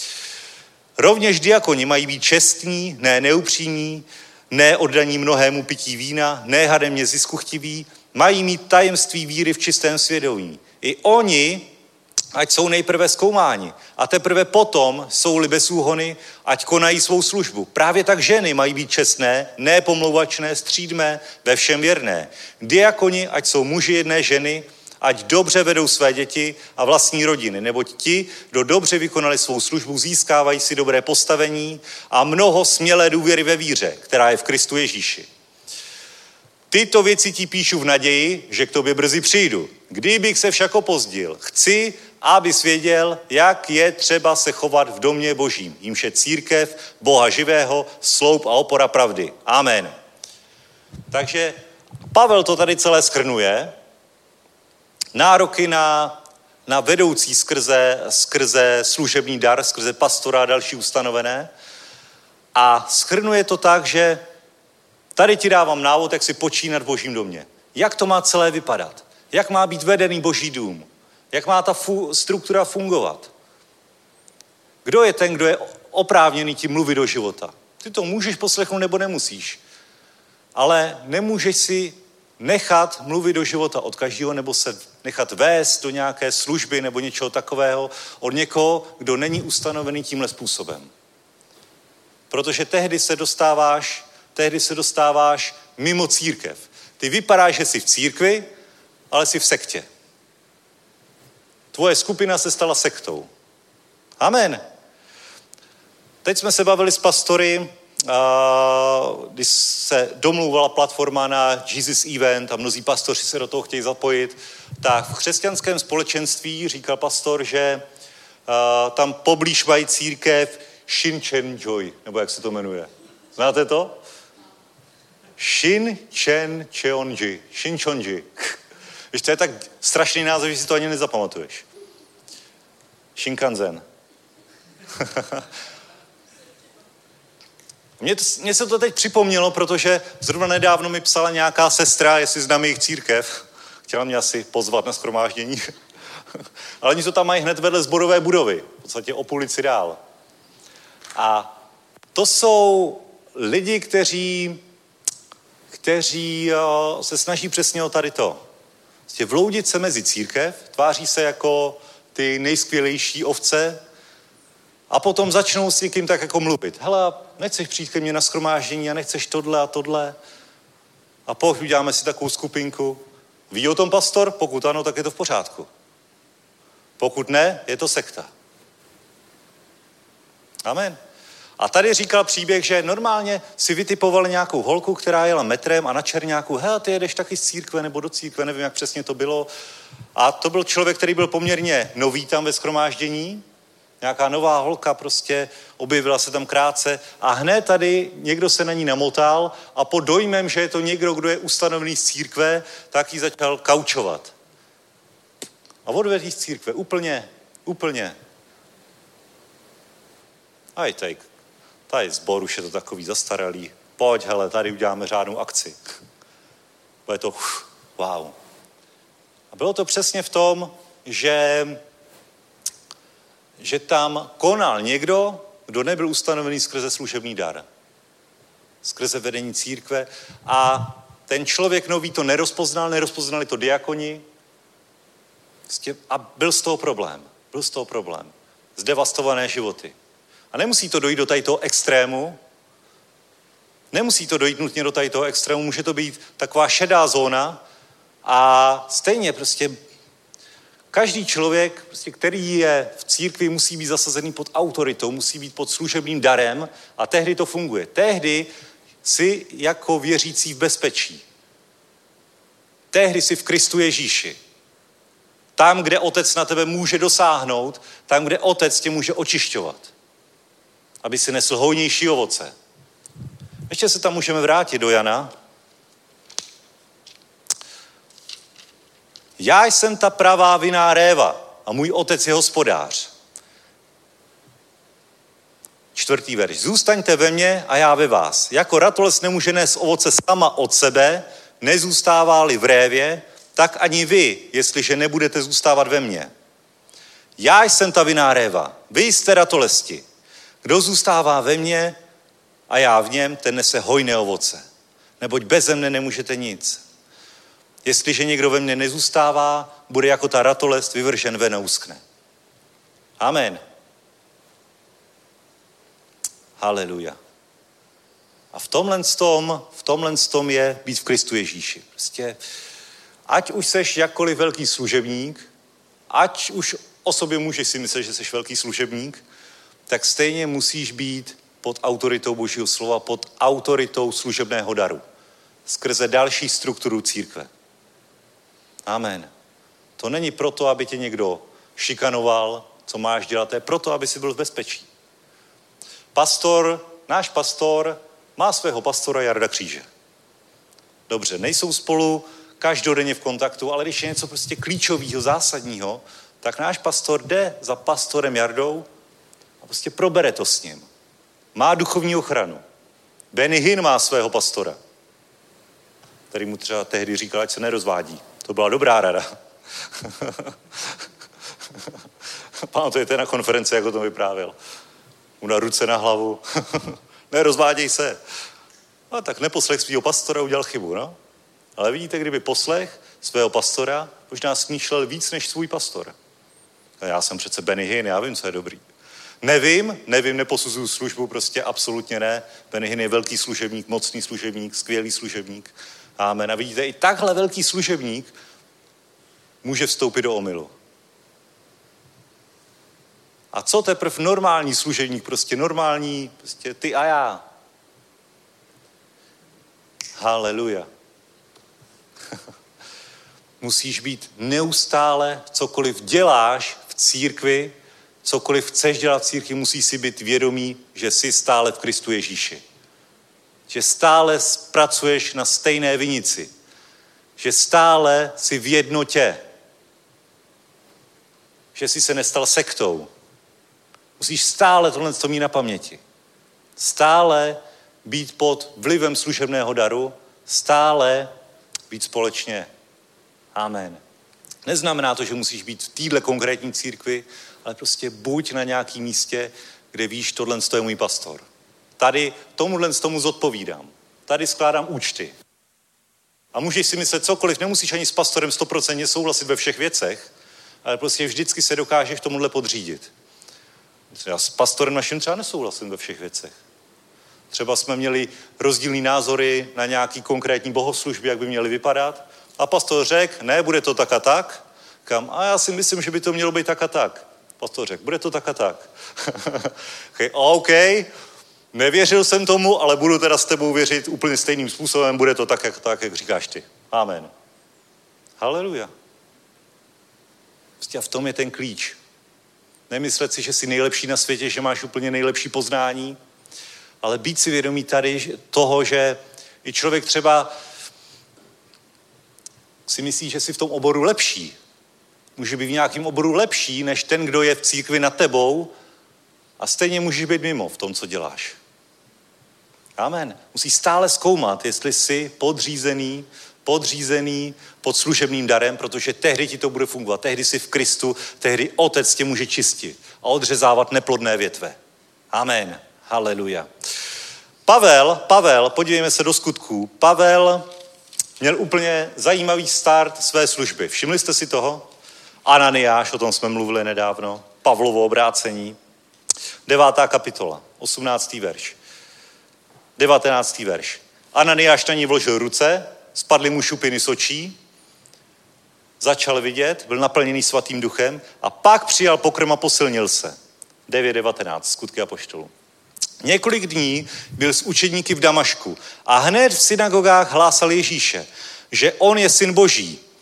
Rovněž diakoni mají být čestní, ne neupřímní, ne oddaní mnohému pití vína, ne hademně ziskuchtiví, mají mít tajemství víry v čistém svědomí. I oni, ať jsou nejprve zkoumáni a teprve potom jsou-li bezúhony, ať konají svou službu. Právě tak ženy mají být čestné, ne pomlouvačné, střídmé, ve všem věrné. Diakoni, ať jsou muži jedné ženy, ať dobře vedou své děti a vlastní rodiny, neboť ti, kdo dobře vykonali svou službu, získávají si dobré postavení a mnoho smělé důvěry ve víře, která je v Kristu Ježíši. Tyto věci ti píšu v naději, že k tobě brzy přijdu. Kdybych se však opozdil, chci, abys věděl, jak je třeba se chovat v domě božím, jímž je církev Boha živého, sloup a opora pravdy. Amen. Takže Pavel to tady celé shrnuje. Nároky na vedoucí skrze služební dar, skrze pastora a další ustanovené. A shrnuje to tak, že tady ti dávám návod, jak si počínat v božím domě. Jak to má celé vypadat? Jak má být vedený boží dům? Jak má ta struktura fungovat? Kdo je ten, kdo je oprávněný ti mluvit do života? Ty to můžeš poslechnout nebo nemusíš. Ale nemůžeš si nechat mluvit do života od každého nebo se nechat vést do nějaké služby nebo něčeho takového od někoho, kdo není ustanovený tímhle způsobem. Protože tehdy se dostáváš mimo církev. Ty vypadáš, že jsi v církvi, ale jsi v sektě. Tvoje skupina se stala sektou. Amen. Teď jsme se bavili s pastory, když se domlouvala platforma na Jesus Event a mnozí pastoři se do toho chtějí zapojit, tak v křesťanském společenství říkal pastor, že tam poblíž mají církev Shincheonji, nebo jak se to jmenuje. Znáte to? Shincheonji. Víš, to je tak strašný název, že si to ani nezapamatuješ. Shinkansen. Mně se to teď připomnělo, protože zrovna nedávno mi psala nějaká sestra, jestli znám jejich církev. Chtěla mě asi pozvat na shromáždění. Ale oni to tam mají hned vedle sborové budovy, v podstatě o půl ulici dál. A to jsou lidi, kteří se snaží přesně o tady to. Vlastně vloudit se mezi církev, tváří se jako ty nejskvělejší ovce a potom začnou s někým tak jako mluvit. Hele, nechceš přijít ke mně na shromáždění a nechceš tohle a tohle. A pokud uděláme si takovou skupinku. Ví o tom pastor? Pokud ano, tak je to v pořádku. Pokud ne, je to sekta. Amen. A tady říkal příběh, že normálně si vytipovali nějakou holku, která jela metrem a na čerňáku, hele, ty jedeš taky z církve nebo do církve, nevím, jak přesně to bylo. A to byl člověk, který byl poměrně nový tam ve shromáždění. Nějaká nová holka prostě objevila se tam krátce a hned tady někdo se na ní namotal a pod dojmem, že je to někdo, kdo je ustanovený z církve, tak ji začal kaučovat. A odvedl z církve úplně. A tady zbor už je to takový zastaralý. Pojď, hele, tady uděláme řádnou akci. Bude to wow. A bylo to přesně v tom, že tam konal někdo, kdo nebyl ustanovený skrze služební dar. Skrze vedení církve. A ten člověk nový to nerozpoznali to diakoni. A byl z toho problém. Zdevastované životy. A nemusí to dojít do tadytoho extrému. Nemusí to dojít nutně do tadytoho extrému. Může to být taková šedá zóna. A stejně prostě každý člověk, který je v církvi, musí být zasazený pod autoritou, musí být pod služebným darem a tehdy to funguje. Tehdy jsi jako věřící v bezpečí. Tehdy jsi v Kristu Ježíši. Tam, kde otec na tebe může dosáhnout, tam, kde otec tě může očišťovat. Aby si nesl hojnější ovoce. Ještě se tam můžeme vrátit do Jana. Já jsem ta pravá vinná réva a můj otec je hospodář. 4. verš. Zůstaňte ve mně a já ve vás. Jako ratolest nemůže nést ovoce sama od sebe, nezůstává-li v révě, tak ani vy, jestliže nebudete zůstávat ve mně. Já jsem ta vinná réva, vy jste ratolesti. Kdo zůstává ve mně a já v něm, ten nese hojné ovoce. Neboť beze mne nemůžete nic. Jestliže někdo ve mně nezůstává, bude jako ta ratolest vyvržen ven a uschne. Amen. Haleluja. A v tomhle tom je být v Kristu Ježíši. Prostě, ať už seš jakkoliv velký služebník, ať už o sobě můžeš si myslet, že seš velký služebník, tak stejně musíš být pod autoritou Božího slova, pod autoritou služebného daru. Skrze další strukturu církve. Amen. To není proto, aby tě někdo šikanoval, co máš dělat, to je proto, aby si byl v bezpečí. Náš pastor má svého pastora Jarda Kříže. Dobře, nejsou spolu každodenně v kontaktu, ale když je něco prostě klíčového, zásadního, tak náš pastor jde za pastorem Jardou a prostě probere to s ním. Má duchovní ochranu. Benny Hinn má svého pastora, který mu třeba tehdy říkal, ať se nerozvádí. To byla dobrá rada. Pamatujete na konferenci, jak o tom vyprávěl. Mu dal ruce na hlavu. Nerozváděj se. A tak neposlech svého pastora, udělal chybu, no? Ale vidíte, kdyby poslech svého pastora, možná smýšlel víc než svůj pastor. A já jsem přece Benny Hinn, já vím, co je dobrý. Nevím, neposuzuju službu, prostě absolutně ne. Benny Hinn je velký služebník, mocný služebník, skvělý služebník. Amen. A vidíte, i takhle velký služebník může vstoupit do omylu. A co teprve normální služebník, prostě normální, prostě ty a já. Haleluja. Musíš být neustále, cokoliv děláš v církvi, cokoliv chceš dělat v církvi, musíš si být vědomý, že jsi stále v Kristu Ježíši. Že stále pracuješ na stejné vinici. Že stále jsi v jednotě. Že jsi se nestal sektou. Musíš stále tohle mít na paměti. Stále být pod vlivem služebného daru, stále být společně. Amen. Neznamená to, že musíš být v téhle konkrétní církvi, ale prostě buď na nějakém místě, kde víš, tohle je můj pastor. Tady tomu zodpovídám. Tady skládám účty. A můžeš si myslet cokoliv, nemusíš ani s pastorem 100% souhlasit ve všech věcech, ale prostě vždycky se dokážeš tomuhle podřídit. Já s pastorem naším třeba nesouhlasím ve všech věcech. Třeba jsme měli rozdílný názory na nějaký konkrétní bohoslužby, jak by měly vypadat. A pastor řekl, ne, bude to tak a tak. A já si myslím, že by to mělo být tak a tak. Pastor řekl, bude to tak a tak. OK, nevěřil jsem tomu, ale budu teda s tebou věřit úplně stejným způsobem, bude to tak, jak říkáš ty. Amen. Haleluja. Prostě a v tom je ten klíč. Nemyslet si, že jsi nejlepší na světě, že máš úplně nejlepší poznání, ale být si vědomý tady toho, že i člověk třeba si myslí, že jsi v tom oboru lepší. Může být v nějakém oboru lepší, než ten, kdo je v církvi nad tebou a stejně můžeš být mimo v tom, co děláš. Amen. Musíš stále zkoumat, jestli jsi podřízený pod služebným darem, protože tehdy ti to bude fungovat. Tehdy jsi v Kristu, tehdy Otec tě může čistit a odřezávat neplodné větve. Amen. Haleluja. Pavel, podívejme se do skutků. Pavel měl úplně zajímavý start své služby. Všimli jste si toho? Ananiáš, o tom jsme mluvili nedávno. Pavlovo obrácení. 9. kapitola, 18. verš. 19. verš. Ananiáš na ní vložil ruce, spadly mu šupiny z očí, začal vidět, byl naplněný svatým duchem a pak přijal pokrm a posilnil se. 9.19, skutky apoštolů. Několik dní byl s učedníky v Damašku a hned v synagogách hlásal Ježíše, že on je syn Boží.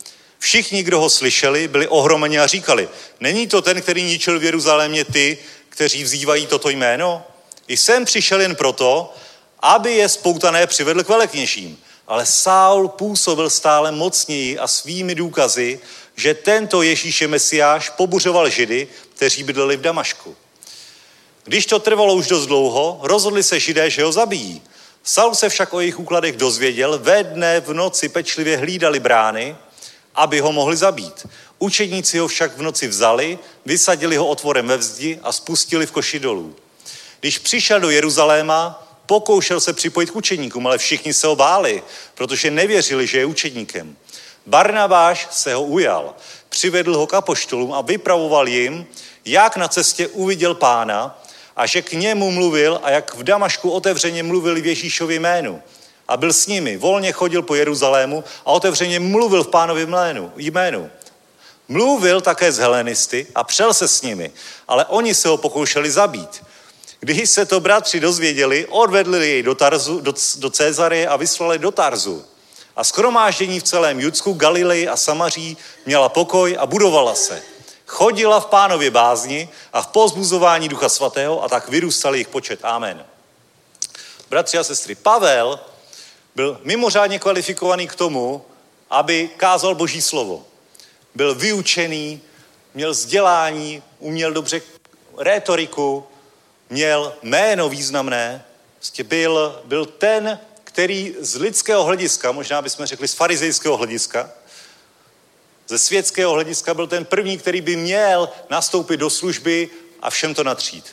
Všichni, kdo ho slyšeli, byli ohromeni a říkali, není to ten, který ničil v Jeruzalémě ty, kteří vzývají toto jméno? Jsem přišel jen proto, aby je spoutané přivedl k velekněžím. Ale Saul působil stále mocněji a svými důkazy, že tento Ježíš je Mesiáš, pobuřoval Židy, kteří bydleli v Damašku. Když to trvalo už dost dlouho, rozhodli se Židé, že ho zabijí. Saul se však o jejich úkladech dozvěděl, ve dne v noci pečlivě hlídali brány, aby ho mohli zabít. Učedníci ho však v noci vzali, vysadili ho otvorem ve vzdi a spustili v koši dolů. Když přišel do Jeruzaléma, pokoušel se připojit k učedníkům, ale všichni se ho báli, protože nevěřili, že je učedníkem. Barnabáš se ho ujal, přivedl ho k apoštolům a vypravoval jim, jak na cestě uviděl Pána a že k němu mluvil a jak v Damašku otevřeně mluvil v Ježíšově jménu. A byl s nimi, volně chodil po Jeruzalému a otevřeně mluvil v Pánově jménu. Mluvil také s helenisty a přel se s nimi, ale oni se ho pokoušeli zabít. Když se to bratři dozvěděli, odvedli jej do Cezareje a vyslali do Tarzu. A shromáždění v celém Judsku, Galileji a Samaří měla pokoj a budovala se. Chodila v Pánově bázni a v povzbuzování Ducha Svatého a tak vyrůstal jejich počet. Amen. Bratři a sestry, Pavel byl mimořádně kvalifikovaný k tomu, aby kázal Boží slovo. Byl vyučený, měl vzdělání, uměl dobře rétoriku, měl jméno významné, byl ten, který z lidského hlediska, možná bychom řekli z farizejského hlediska, ze světského hlediska byl ten první, který by měl nastoupit do služby a všem to natřít.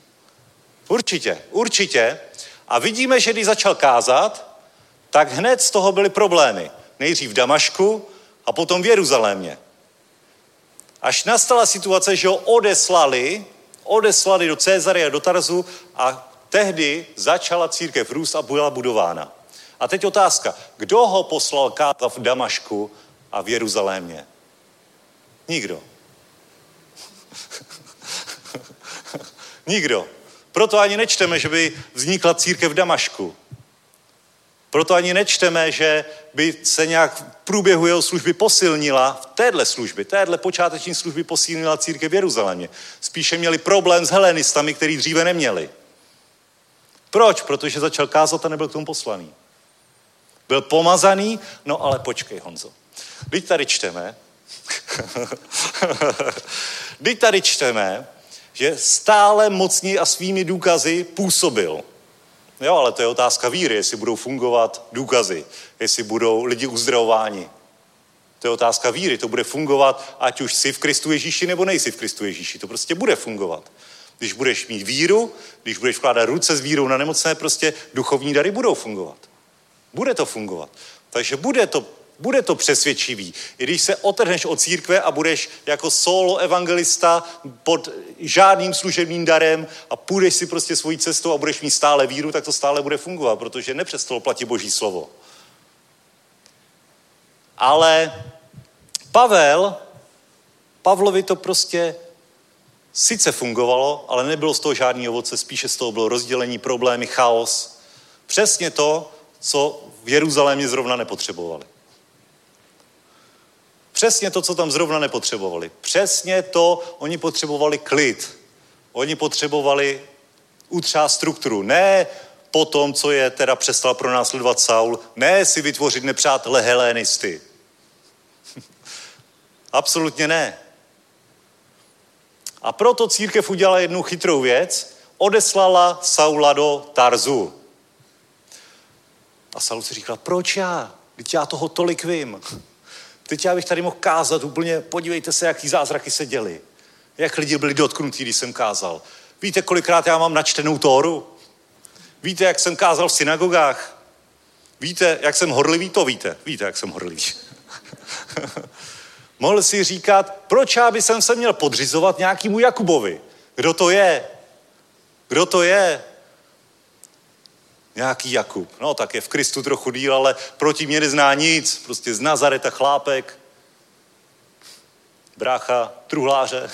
Určitě. A vidíme, že když začal kázat, tak hned z toho byly problémy. Nejdřív v Damašku a potom v Jeruzalémě. Až nastala situace, že ho odeslali do Cezareje a do Tarzu a tehdy začala církev růst a byla budována. A teď otázka, kdo ho poslal kázat v Damašku a v Jeruzalémě? Nikdo. Nikdo. Proto ani nečteme, že by vznikla církev v Damašku. Proto ani nečteme, že by se nějak v průběhu jeho služby posilnila, v téhle počáteční služby posílila církev v Jeruzalémě. Spíše měli problém s helenistami, který dříve neměli. Proč? Protože začal kázat a nebyl k tomu poslaný. Byl pomazaný, no ale počkej, Honzo. Teď tady čteme, že stále mocní a svými důkazy působil. Jo, ale to je otázka víry, jestli budou fungovat důkazy, jestli budou lidi uzdravováni. To je otázka víry, to bude fungovat, ať už jsi v Kristu Ježíši nebo nejsi v Kristu Ježíši. To prostě bude fungovat. Když budeš mít víru, když budeš vkládat ruce s vírou na nemocné, prostě duchovní dary budou fungovat. Bude to fungovat. Takže bude to přesvědčivý. I když se otrhneš od církve a budeš jako solo evangelista pod žádným služebním darem a půjdeš si prostě svojí cestou a budeš mít stále víru, tak to stále bude fungovat, protože nepřestalo platit Boží slovo. Ale Pavlovi to prostě sice fungovalo, ale nebylo z toho žádný ovoce, spíše z toho bylo rozdělení, problémy, chaos. Přesně to, co v Jeruzalémě zrovna nepotřebovali. Přesně to, co tam zrovna nepotřebovali. Přesně to, oni potřebovali klid. Oni potřebovali utřást strukturu. Ne po tom, co je teda přestal pronásledovat Saul, ne si vytvořit nepřátele helénisty. Absolutně ne. A proto církev udělala jednu chytrou věc, odeslala Saula do Tarzu. A Saul si říkal, proč já? Teď já toho tolik vím. Teď já bych tady mohl kázat úplně, podívejte se, jaký zázraky se děly. Jak lidi byli dotknutí, když jsem kázal. Víte, kolikrát já mám načtenou Tóru? Víte, jak jsem kázal v synagogách? Víte, jak jsem horlivý? To víte. Víte, jak jsem horlivý. Mohl si říkat, proč já bych se měl podřizovat nějakému Jakubovi? Kdo to je? Kdo to je? Nějaký Jakub. No, tak je v Kristu trochu díl, ale proti mě nezná nic. Prostě z Nazareta chlápek. Brácha, truhláře.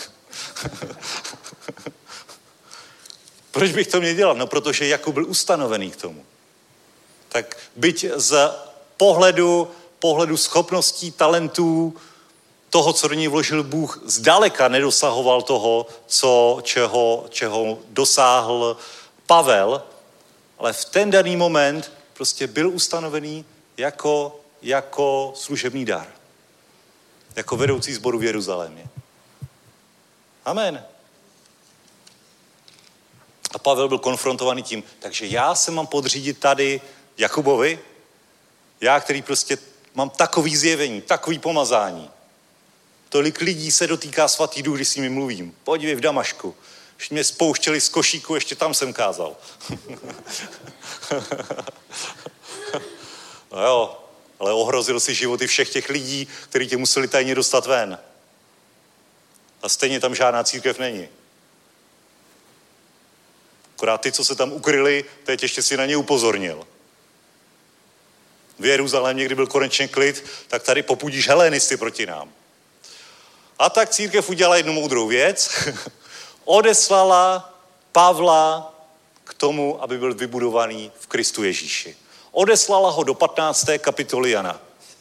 Proč bych to měl dělat? No, protože Jakub byl ustanovený k tomu. Tak byť z pohledu schopností, talentů, toho, co do něj vložil Bůh, zdaleka nedosahoval toho, čeho dosáhl Pavel, ale v ten daný moment prostě byl ustanovený jako služební dar. Jako vedoucí sboru v Jeruzalémě. Amen. A Pavel byl konfrontovaný tím, takže já se mám podřídit tady Jakubovi, já, který prostě mám takový zjevení, takový pomazání. Tolik lidí se dotýká svatý duch, když s nimi mluvím. Podívej v Damašku. Když mě spouštěli z košíku, ještě tam jsem kázal. No jo, ale ohrozil si životy všech těch lidí, kteří tě museli tajně dostat ven. A stejně tam žádná církev není. Akorát ty, co se tam ukryli, teď ještě si na ně upozornil. V Jeruzalémě, kdy byl konečně klid, tak tady popudíš helenisty proti nám. A tak církev udělala jednu moudrou věc. Odeslala Pavla k tomu, aby byl vybudovaný v Kristu Ježíši. Odeslala ho do 15. kapitoly Jana.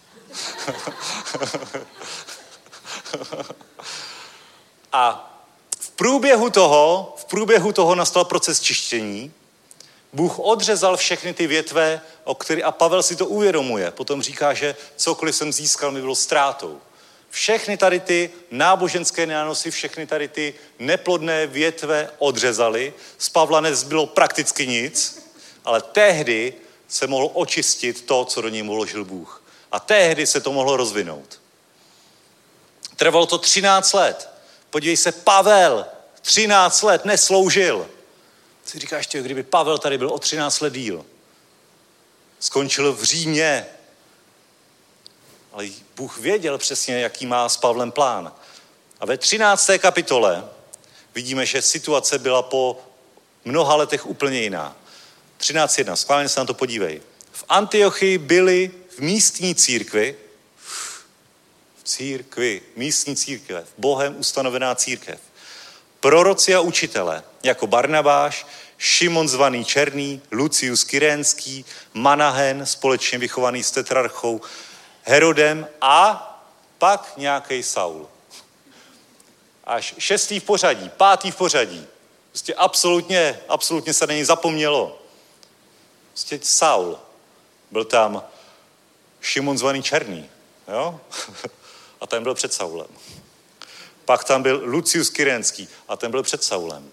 A v průběhu toho nastal proces čištění. Bůh odřezal všechny ty větve, a Pavel si to uvědomuje. Potom říká, že cokoliv jsem získal, mi bylo ztrátou. Všechny tady ty náboženské nánosy, všechny tady ty neplodné větve odřezali. Z Pavla nezbylo prakticky nic, ale tehdy se mohl očistit to, co do něj vložil Bůh. A tehdy se to mohlo rozvinout. Trvalo to 13 let. Podívej se, Pavel 13 let nesloužil. Si říkáš, kdyby Pavel tady byl o 13 let díl. Skončil v Římě. Ale Bůh věděl přesně, jaký má s Pavlem plán. A ve 13. kapitole vidíme, že situace byla po mnoha letech úplně jiná. 13.1. Schválně se na to podívej. V Antiochii byli v místní církvi, místní církev, Bohem ustanovená církev. Proroci a učitele, jako Barnabáš, Šimon zvaný Černý, Lucius Kyrénský, Manahen, společně vychovaný s tetrarchou Herodem a pak nějaký Saul. Až 6. v pořadí, 5. v pořadí. Prostě absolutně se na něj zapomnělo. Prostě Saul. Byl tam Šimon zvaný Černý, jo? A ten byl před Saulem. Pak tam byl Lucius Kyrénský a ten byl před Saulem.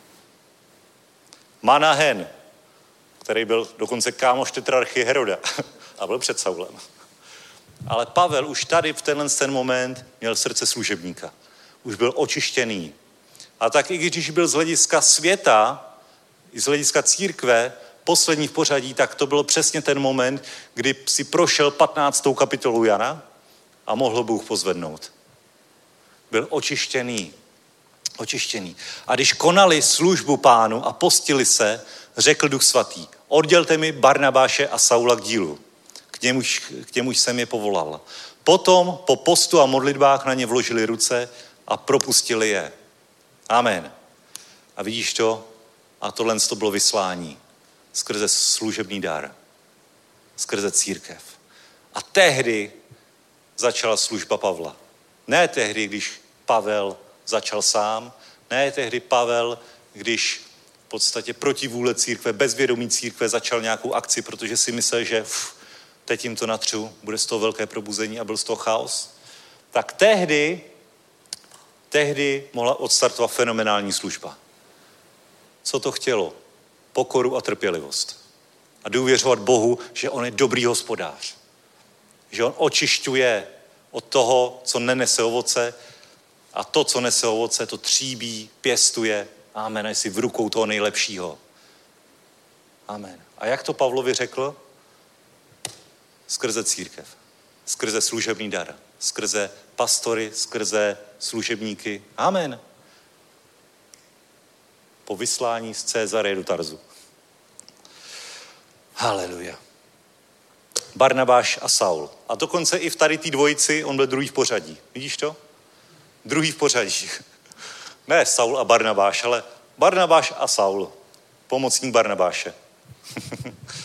Manahen, který byl dokonce kámoš tetrarchy Heroda a byl před Saulem. Ale Pavel už tady v ten moment měl srdce služebníka. Už byl očištěný. A tak i když byl z hlediska světa, i z hlediska církve, poslední v pořadí, tak to bylo přesně ten moment, kdy si prošel 15. kapitolu Jana a mohl Bůh pozvednout. Byl očištěný. A když konali službu Pánu a postili se, řekl Duch Svatý, oddělte mi Barnabáše a Saula k dílu. K němuž jsem je povolal. Potom po postu a modlitbách na ně vložili ruce a propustili je. Amen. A vidíš to? A tohle to bylo vyslání. Skrze služební dar. Skrze církev. A tehdy začala služba Pavla. Ne tehdy, když Pavel začal sám. Ne tehdy Pavel, když v podstatě proti vůle církve, bez vědomí církve začal nějakou akci, protože si myslel, že teď jim to natřu, bude z toho velké probuzení a byl z toho chaos. Tak tehdy mohla odstartovat fenomenální služba. Co to chtělo? Pokoru a trpělivost. A důvěřovat Bohu, že on je dobrý hospodář. Že on očišťuje od toho, co nenese ovoce, a to, co nese ovoce, to tříbí, pěstuje. Amen. A jsi v rukou toho nejlepšího. Amen. A jak to Pavlovi řekl? Skrze církev. Skrze služební dar. Skrze pastory, skrze služebníky. Amen. Po vyslání z Cézareje do Tarzu. Haleluja. Barnabáš a Saul. A dokonce i v tady té dvojici on byl druhý v pořadí. Vidíš to? Druhý v pořadí. Ne Saul a Barnabáš, ale Barnabáš a Saul. Pomocník Barnabáše.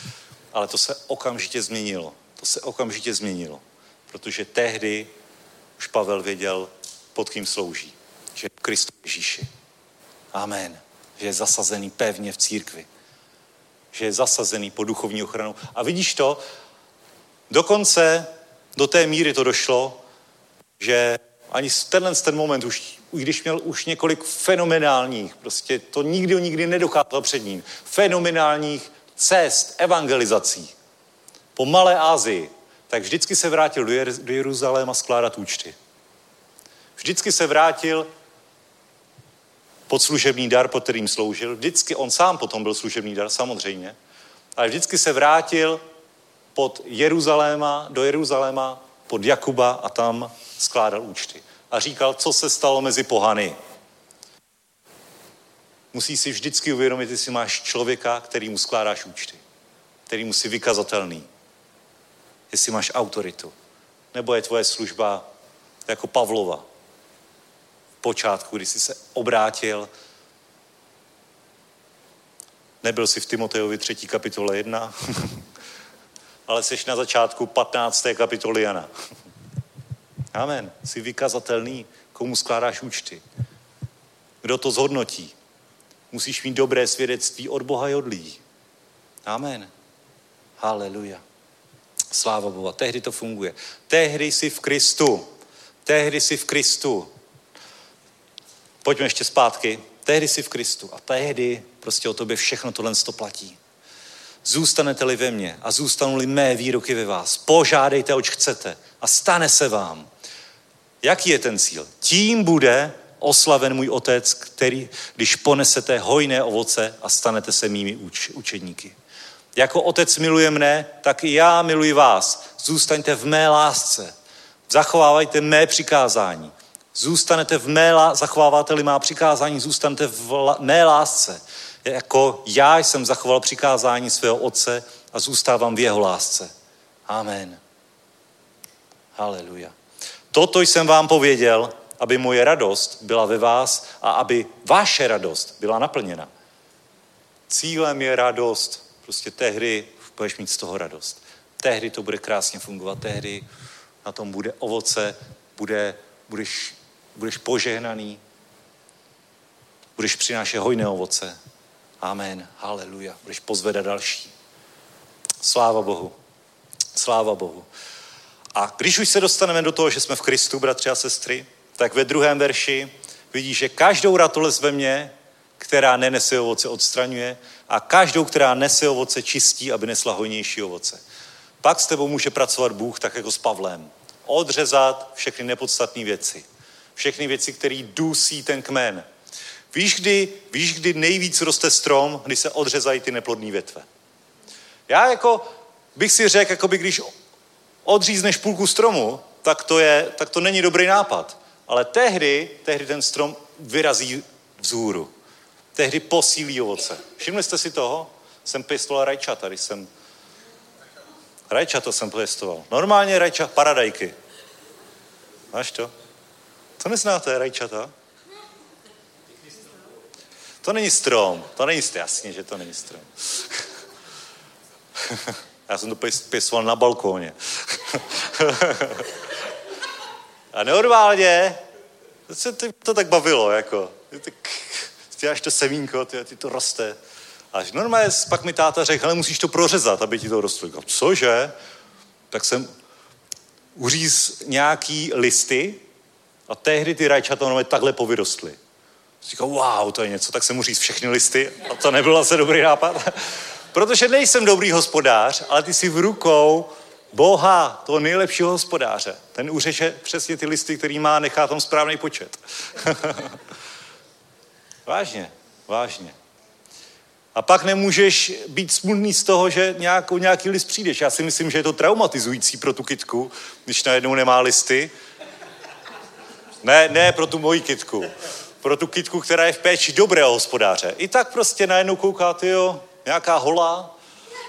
Ale to se okamžitě změnilo. Protože tehdy už Pavel věděl, pod kým slouží. Že je v Kristu Ježíši. Amen. Že je zasazený pevně v církvi. Že je zasazený pod duchovní ochranou. A vidíš to, dokonce do té míry to došlo, že ani ten moment, když měl už několik fenomenálních, prostě to nikdy nedokázal před ním, fenomenálních cest, evangelizací po Malé Asii, tak vždycky se vrátil do Jeruzaléma skládat účty. Vždycky se vrátil pod služební dar, pod kterým sloužil. Vždycky on sám potom byl služební dar, samozřejmě. Ale vždycky se vrátil do Jeruzaléma, pod Jakuba a tam skládal účty. A říkal, co se stalo mezi pohany. Musíš si vždycky uvědomit, jestli máš člověka, kterýmu skládáš účty. Kterýmu jsi vykazatelný. Jestli máš autoritu. Nebo je tvoje služba jako Pavlova. V počátku, když jsi se obrátil, nebyl jsi v Timotejovi 3. kapitole 1, ale jsi na začátku 15. kapitoly Jana. Amen. Jsi vykazatelný, komu skládáš účty. Kdo to zhodnotí? Musíš mít dobré svědectví od Boha i od lidí. Amen. Haleluja. Sláva Boha. Tehdy to funguje. Tehdy jsi v Kristu. Tehdy jsi v Kristu. Pojďme ještě zpátky. Tehdy jsi v Kristu. A tehdy prostě o tobě všechno tohle platí. Zůstanete-li ve mně a zůstanou-li mé výroky ve vás. Požádejte, oč chcete a stane se vám. Jaký je ten cíl? Tím bude oslaven můj otec, když ponesete hojné ovoce a stanete se mými učedníky. Jako otec miluje mne, tak i já miluji vás. Zůstaňte v mé lásce. Zachovávajte mé přikázání. Zachováváte-li má přikázání, zůstanete v mé lásce. Jako já jsem zachoval přikázání svého otce a zůstávám v jeho lásce. Amen. Haleluja. Toto jsem vám pověděl, aby moje radost byla ve vás a aby vaše radost byla naplněna. Cílem je radost. Prostě tehdy budeš mít z toho radost. Tehdy to bude krásně fungovat. Tehdy na tom bude ovoce, budeš požehnaný, budeš přinášet hojné ovoce. Amen. Haleluja. Budeš pozvedat další. Sláva Bohu. Sláva Bohu. A když už se dostaneme do toho, že jsme v Kristu, bratři a sestry, tak ve 2. verši vidíš, že každou ratolest ve mně, která nenese ovoce, odstraňuje a každou, která nese ovoce, čistí, aby nesla hojnější ovoce. Pak s tebou může pracovat Bůh tak jako s Pavlem. Odřezat všechny nepodstatné věci. Všechny věci, které dusí ten kmen. Víš, kdy nejvíc roste strom, když se odřezají ty neplodné větve. Já bych si řekl, když odřízneš půlku stromu, tak to není dobrý nápad. Ale tehdy ten strom vyrazí vzhůru. Tehdy posílí ovoce. Všimli jste si toho? Jsem pěstoval rajčata, Rajčata jsem pěstoval. Normálně paradajky. Máš to? To neznáte, rajčata? To není strom. Jasně, že to není strom. Já jsem to pěstoval na balkóně. A normálně to tak bavilo, jako. Ty dáš to semínko, ty to roste. A normálně pak mi táta řekl, hele, musíš to prořezat, aby ti to rostlo. Říkal, cože? Tak jsem uříz nějaký listy a tehdy ty rajčata normálně takhle povyrostly. Říkal, wow, to je něco. Tak jsem uříz všechny listy a to nebyl asi dobrý nápad. Protože nejsem dobrý hospodář, ale ty jsi v rukou Boha, toho nejlepšího hospodáře. Ten uřeže přesně ty listy, který má, nechá tam správný počet. Vážně. A pak nemůžeš být smutný z toho, že nějaký list přijdeš. Já si myslím, že je to traumatizující pro tu kytku, když najednou nemá listy. Ne pro tu moji kytku. Pro tu kytku, která je v péči dobrého hospodáře. I tak prostě najednou kouká, nějaká holá.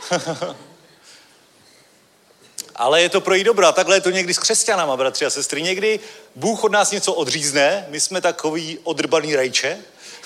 Ale je to pro jí dobro. A takhle je to někdy s křesťanama, bratři a sestry. Někdy Bůh od nás něco odřízne, my jsme takový odrbaný rajče.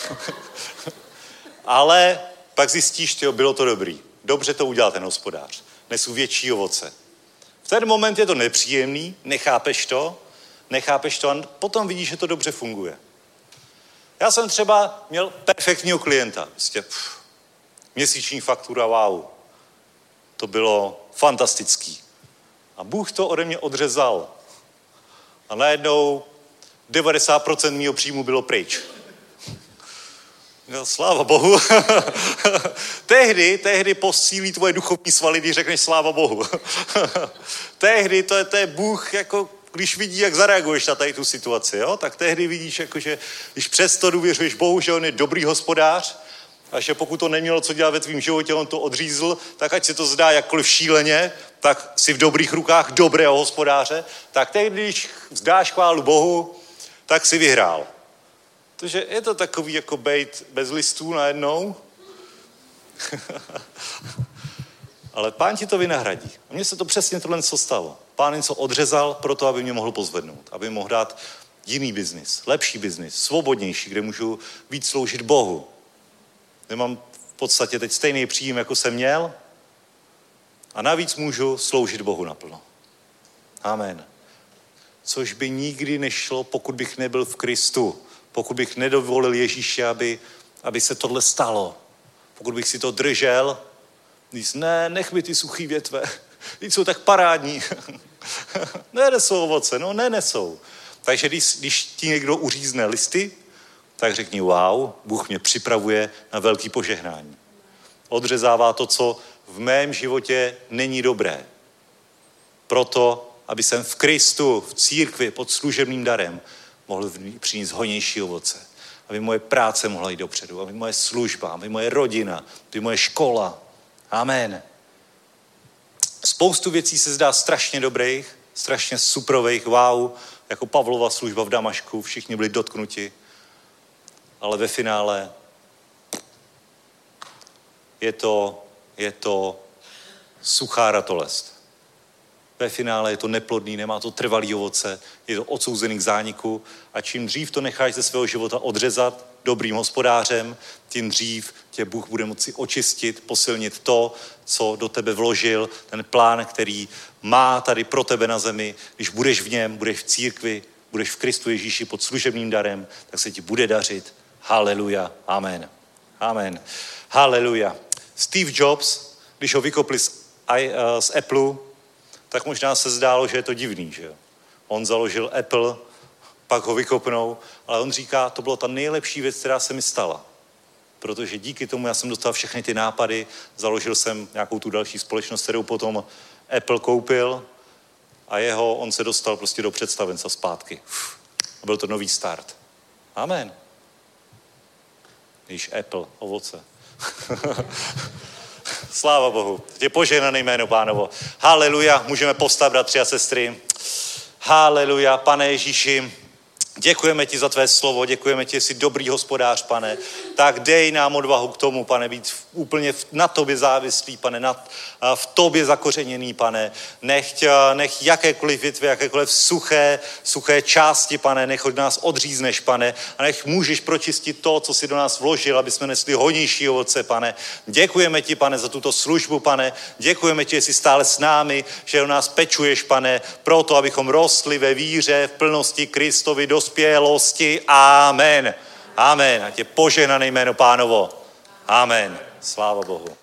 Ale pak zjistíš, bylo to dobrý. Dobře to udělal ten hospodář. Nesu větší ovoce. V ten moment je to nepříjemný, nechápeš to, nechápeš to a potom vidíš, že to dobře funguje. Já jsem třeba měl perfektního klienta. Prostě, měsíční faktura, wow. To bylo fantastický. A Bůh to ode mě odřezal. A najednou 90% mýho příjmu bylo pryč. No, sláva Bohu. tehdy posílí tvoje duchovní svaly, když řekneš sláva Bohu. tehdy to je Bůh, jako když vidí, jak zareaguješ na tady tu situaci, jo? Tak tehdy vidíš, jako, že když přesto důvěřuješ Bohu, že on je dobrý hospodář a že pokud to nemělo co dělat ve tvým životě, on to odřízl, tak ať se to zdá jakkoliv šíleně, tak si v dobrých rukách dobrého hospodáře, tak tehdy, když vzdáš chválu Bohu, tak si vyhrál. Takže je to takový jako bejt bez listů najednou. Ale Pán ti to vynahradí. A mně se to přesně tohle co stalo. Pán něco odřezal proto, aby mě mohl pozvednout. Aby mohl dát jiný biznis, lepší biznis, svobodnější, kde můžu víc sloužit Bohu. Nemám v podstatě teď stejný příjem, jako jsem měl. A navíc můžu sloužit Bohu naplno. Amen. Což by nikdy nešlo, pokud bych nebyl v Kristu. Pokud bych nedovolil Ježíši, aby se tohle stalo. Pokud bych si to držel, ne, nech mi ty suchý větve. Ty jsou tak parádní. Nenesou ovoce, no nenesou. Takže když ti někdo uřízne listy, tak řekni wow, Bůh mě připravuje na velký požehnání. Odřezává to, co v mém životě není dobré. Proto, aby jsem v Kristu, v církvi, pod služebným darem mohl přinést hojnější ovoce. Aby moje práce mohla jít dopředu, aby moje služba, aby moje rodina, aby moje škola. Amen. Spoustu věcí se zdá strašně dobrých, strašně suprových, wow, jako Pavlova služba v Damašku, všichni byli dotknuti. Ale ve finále je to suchá ratolest. Ve finále je to neplodný, nemá to trvalý ovoce, je to odsouzený k zániku a čím dřív to necháš ze svého života odřezat dobrým hospodářem, tím dřív tě Bůh bude moci očistit, posilnit to, co do tebe vložil, ten plán, který má tady pro tebe na zemi. Když budeš v něm, budeš v církvi, budeš v Kristu Ježíši pod služebným darem, tak se ti bude dařit. Haleluja. Amen. Amen. Haleluja. Steve Jobs, když ho vykopli z Apple, tak možná se zdálo, že je to divný, že jo. On založil Apple, pak ho vykopnou, ale on říká, to byla ta nejlepší věc, která se mi stala. Protože díky tomu já jsem dostal všechny ty nápady, založil jsem nějakou tu další společnost, kterou potom Apple koupil a on se dostal prostě do představenstva zpátky. A byl to nový start. Amen. Víš, Apple, ovoce. Sláva Bohu. Je požehnané jméno Pánovo. Haleluja. Můžeme povstat, bratři a sestry. Haleluja. Pane Ježíši, děkujeme ti za tvé slovo, děkujeme ti, že jsi dobrý hospodář, pane. Tak dej nám odvahu k tomu, pane, být úplně na tobě závislý, pane, v tobě zakořeněný, pane. Nech jakékoliv větvy, jakékoliv suché části, pane, nech od nás odřízneš, pane, a nech můžeš pročistit to, co jsi do nás vložil, aby jsme nesli hojnější ovoce, pane. Děkujeme ti, pane, za tuto službu, pane. Děkujeme ti, že jsi stále s námi, že o nás pečuješ, pane, proto, abychom rostli ve víře, v plnosti Kristovi, dospělosti. Amen. Amen. Ať je požehnané jméno Pánovo. Amen. Sláva Bohu.